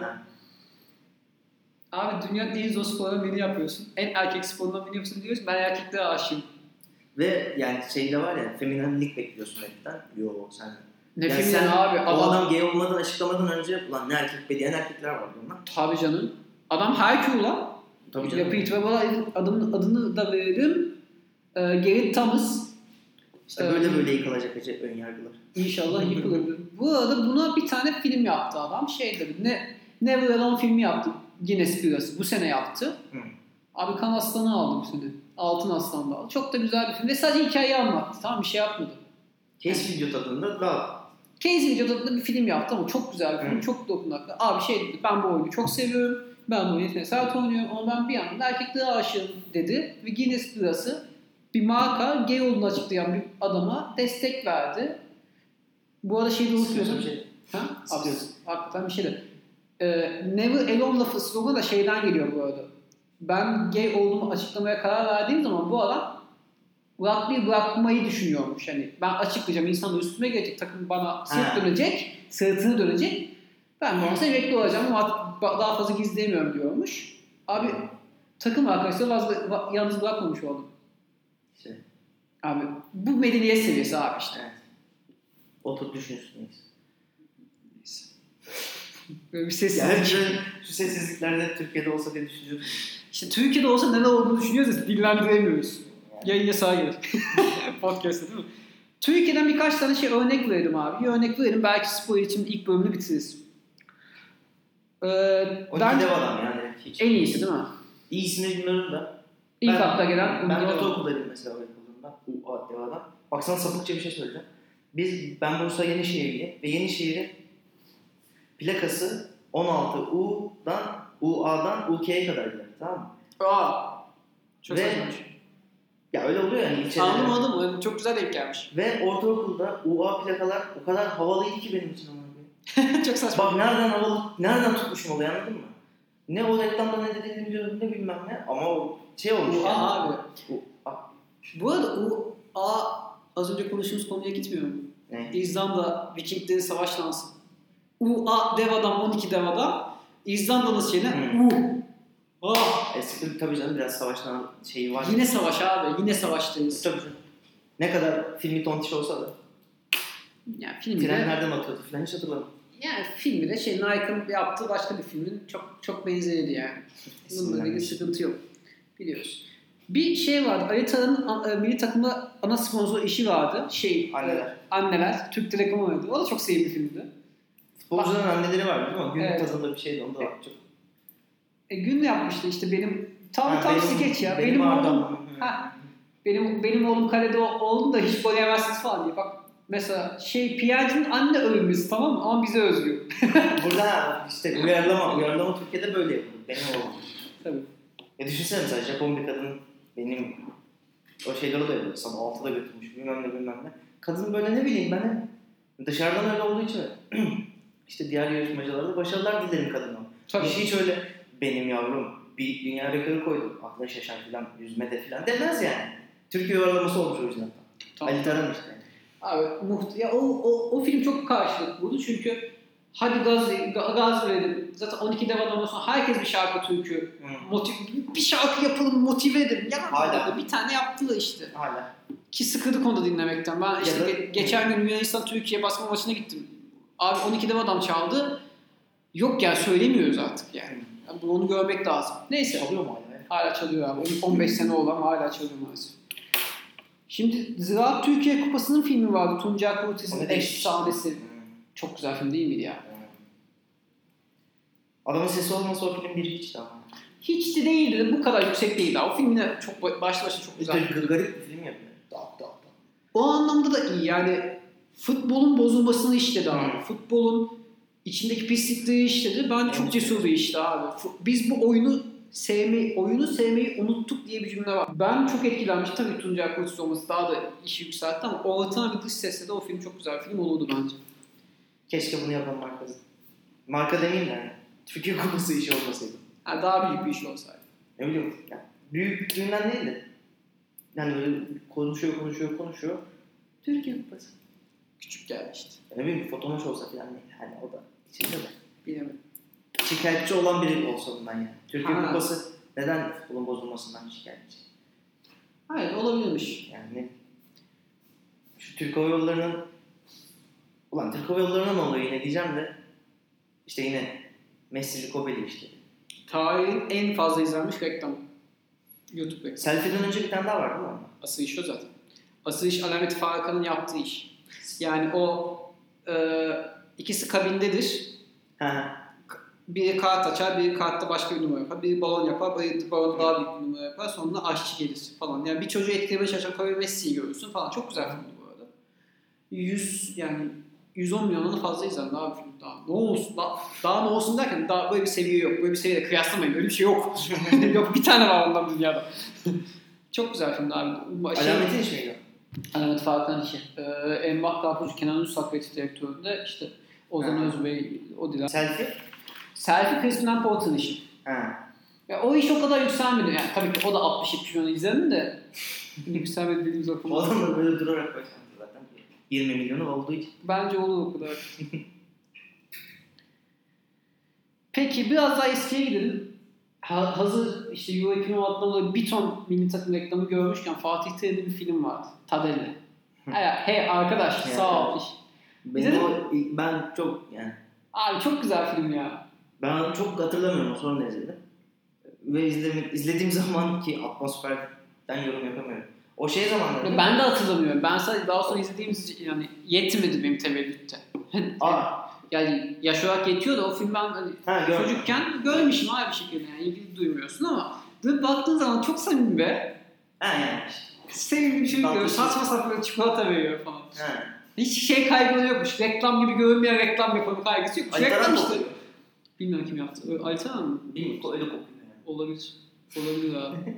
Abi dünyanın en zor sporlarını beni yapıyorsun. En erkek sporundan beni yapıyorsun diyoruz. Ben erkeklere aşığım. Ve yani şeyde var ya, feminenlik bekliyorsun heriften. Yo sen... Ne yani feminen sen abi. o adam gay olmadan açıklamadan önce ulan ne erkek be diyen erkekler vardı onlar. Tabii canım. Adam Herkül lan. Tabii canım. Yapı itibariyle adını da verelim. Gerrit Thomas. İşte böyle yıkılacak ön yargılar. İnşallah yıkılır. Bu arada buna bir tane film yaptı adam. Şey dedi. Never Alone filmi yaptı. Guinness Birası. Bu sene yaptı. Hı. Abi Kan Aslan'ı aldı bu sene. Altın Aslan da aldı. Çok da güzel bir film. Ve sadece hikayeyi anlattı. Tamam bir şey yapmadı. Case video tadında daha... Case Video'da da bir film yaptı ama çok güzel bir film. Hı. Çok dokunaklı. Abi şey dedi. Ben bu oyunu çok seviyorum. Ben bu oyunu sert oynuyorum ama ben bir yandan da erkeklere aşığım dedi. Ve Guinness Birası bir marka gay olduğunu açıklayan bir adama destek verdi. Bu arada şeyi de unutmuyorsun. Ha? Abi, hakikaten bir şey de. Never Alone lafı sloganı da şeyden geliyor bu arada. Ben gay olduğumu açıklamaya karar verdiğim zaman bu adam rugby bırakmayı düşünüyormuş. Yani ben açıklayacağım, insanlar üstüme gelecek, takım bana sırtını dönecek. Ben bu arada emekli olacağım ama daha fazla gizleyemiyorum diyormuş. Abi takım arkadaşları yalnız bırakmamış oldum. İşte. Abi bu medeniyet seviyesi abi işte. Evet. Otur düşünsün. Böyle bir sessizlik. Yani şu sessizliklerde Türkiye'de olsa diye düşünüyorum. İşte Türkiye'de olsa neler olduğunu düşünüyoruz da dillendiremiyoruz. Yayın yasağı gelir. Podcast'ta değil mi? Türkiye'den birkaç tane örnek verelim abi. Bir örnek verelim. Belki spor için ilk bölümünü bitiririz. O gidev adam yani. Hiç. En iyisi değil mi? İyisini bilmiyorum da. İlk hafta gelen. Ben ortaokuldaydım mesela ortaokulda. O gidev adam. Bak sana sapıkça bir şey söyleyeceğim. Ben Bursa Yenişehirliyim ve Yenişehir'in plakası 16U'dan UK'ye kadar gider, tamam mı? Çok ve, saçmaymış. Ya öyle oluyor yani ilçelerde. Anlamadım. Çok güzel denk gelmiş. Ve ortaokulda UA plakalar o kadar havalıydı ki benim için onlar. Çok saçma. Bak nereden tutmuşum olayı, anladın mı? Ne o reklamda ne dediğini biliyorum ne bilmem ne ama o şey olmuş UA yani. abi. Bu arada UA az önce konuştuğumuz konuya gitmiyor mu? Ne? İzlanda Vikinglerin savaş dansı. UA dev adam 12 dev adam. İzlanda'nın şeyine Eski tabii canım biraz savaştan şeyi var. Yine savaş abi. Yine savaştayız. Tabii canım. Ne kadar filmi tontiş olsa da. Yani filmde Trenlerden atıyordu falan hiç hatırlamıyorum. yani filmi de Nike'ın yaptığı başka bir filmin çok benzeriydi yani. Bununla ilgili sıkıntı yok. Biliyoruz. Bir şey vardı. Arita'nın milli takımda ana sponsor işi vardı. Anneler. Türk Telekom oynadı. O da çok sevimli filmdi. Futbolcuların anneleri var değil mi? Günlük Evet. tadında bir şeydi onda var çok. Gün yapmıştı işte benim tam skeç ya. Benim Benim oğlum kalede oldu da hiç gol yemezsiniz falan diye. Bak mesela Piyancı'nın anne övülmesi tamam mı? Ama bize özgür. Burada işte uyarlama Türkiye'de böyle yapılır. Benim oğlum. Tabii. Düşünsene mesela Japon bir kadın benim o şeyleri de yapıyor. Sana 6'da götürmüş bilmem ne. Kadın böyle ne bileyim ben dışarıdan öyle olduğu için işte diğer yarışmacılara da başarılar dilerim kadına. Tabii. Hiç öyle benim yavrum bir dünya rekoru koydu. Akla şaşan falan yüzmede falan demez yani. Türkiye yuvarlaması olmuş o yüzden. Tamam. Ali Taran işte. Abi ya o film çok karşılık buldu çünkü hadi gaz verelim. Zaten 12 dev adamdan sonra herkes bir şarkı türkü bir şarkı yapalım motive edelim. Ya Hala. bir tane yaptılar işte. Hala. Ki sıkıldık onu da dinlemekten. Ben işte Ya da- geçen gün Yunanistan Türkiye basma maçına gittim. Abi 12 dev adam çaldı. Yok ya söylemiyoruz artık yani. Onu görmek lazım. Neyse. Çalıyor mu hala? Hala çalıyor abi. 15 sene oldu ama hala çalıyor maalesef. Şimdi Ziraat Türkiye Kupası'nın filmi vardı. Tuncel Kurtiz'in efsanesi. Çok güzel film değil miydi ya? Adamın sesi olmasa o film bir hiç daha. Hiç de değildi. Bu kadar yüksek değildi. O film yine çok başlı başına çok güzel. Garip bir film yapıyor. Dağ. O anlamda da iyi. Yani futbolun bozulmasını işledi abi. Futbolun içindeki pislikleri işledi. Bence çok cesur bir işti abi. Biz bu oyunu sevmeyi unuttuk diye bir cümle var. Ben çok etkilenmiştim. Tabii Tuncel Kurtiz olması daha da işi yükseltti ama ortalama bir dış sesle de o film çok güzel bir film olurdu bence. Keşke bunu yapan markası. Marka demeyeyim de yani. Türkiye Kupası işi olmasaydı. Yani daha büyük bir iş olsaydı. Ne bileyim. Yani büyüklüğünden değil de. Yani böyle konuşuyor. Türkiye Kupası. Küçük geldi işte. Ne bileyim fotoğraf olsa falan değil. Hani o da içinde de. Bilemedim. Şikayetçi olan biri olsa bundan yani. Türkiye Ha. Kupası neden futbolun bozulmasından şikayetçi? Hayır olabilirmiş. Yani şu Türk Hava Yolları'nın Türk Hava Yolları'na ne oluyor yine diyeceğim de işte yine Messi'li Kobeli işte. Tarihin en fazla izlenmiş reklamı. YouTube reklamı. Selfie'den önce bir tane daha var değil mi? Asıl iş o zaten. Asıl iş Alamet Farkan'ın yaptığı iş. Yani o ikisi kabindedir. Ha. Biri kart açar, biri kartta başka bir numara yapar. Biri balon yapar, biri balonda daha büyük bir numara yapar. Sonra aşçı gelir falan. Yani bir çocuğu etkilemeye çalışan Kobe Messi'yi görürsün falan. Çok güzel filmdi bu arada. 110 milyondan fazla izlendi abi film. Daha ne olsun? Daha ne olsun derken daha böyle bir seviye yok. Böyle bir seviyede kıyaslamayın. Öyle bir şey yok. Yok bir tane var ondan dünyada. Çok güzel filmdi abi. Alamet'in işi miydi? Alamet Farkan işi. Emrah Karpuzcu, Kenan Ünsal kreatif direktöründe işte Ozan Özbey, o diler. Selfie Crispin Porter'ın işi. Ha. Ya o iş o kadar yükselmedi yani. Tabii ki o da 60-70 milyon izlendi de yükselmedi dediğimiz o O adam da böyle durarak başladı zaten. 20 milyonu olduğu için. Bence olur o kadar. Peki biraz daha eskiye gidelim. Hazır işte Euro 2016'da bir ton milli takım reklamı görmüşken Fatih Terim'in bir film vardı. Tadelli. Hey arkadaş sağ ol. Ben çok yani. Abi çok güzel film ya. Ben çok hatırlamıyorum sonra izledim. Ve izlediğim zaman ki atmosferden yorum yapamıyorum. O şey zamanlarda. Ben de hatırlamıyorum. Ben sadece daha sonra izlediğimiz yani yetmedi benim tevellütte. Yani yaş olarak yetiyor da o film ben çocukken görmüşüm abi bir şekilde yani ilgili duymuyorsun ama böyle baktığın zaman çok samimi be. Yani Sevimli bir çocuk diyor. Saçma sapan çikolata veriyor falan. He. Hiç şey kaygıları yokmuş. Reklam gibi görünmeyen reklam yapalım kaygısı yokmuş. Reklam işte. kokuyor. Bilmiyorum kim yaptı. Ali Taran mı? Bilmiyorum öyle kokuyor yani. Olabilir. Olabilir abi.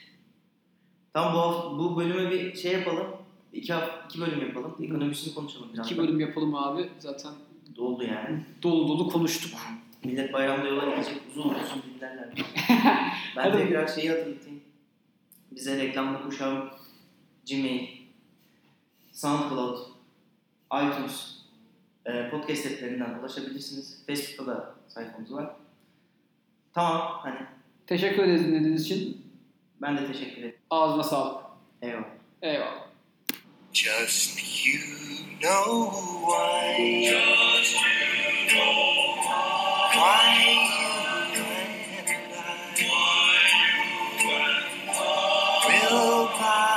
Tamam bu bölüme bir şey yapalım. İki bölüm yapalım. Ekonomisini konuşalım biraz. 2 bölüm yapalım abi. Zaten Doldu yani. dolu konuştuk. Millet bayramda yola gidecek uzun dinlerler. Ben Hadi. tekrar şeyi hatırlatayım. Bize reklamlı kuşağım Gmail, SoundCloud, iTunes, podcast etlerinden ulaşabilirsiniz. Facebook'ta da sayfamız var. Tamam hani. Teşekkür ederiz dinlediğiniz için. Ben de teşekkür ederim. Ağzına sağlık. Eyvallah. Eyvallah. Just you know why. Just you know why. Why you and I. Why you and I. Will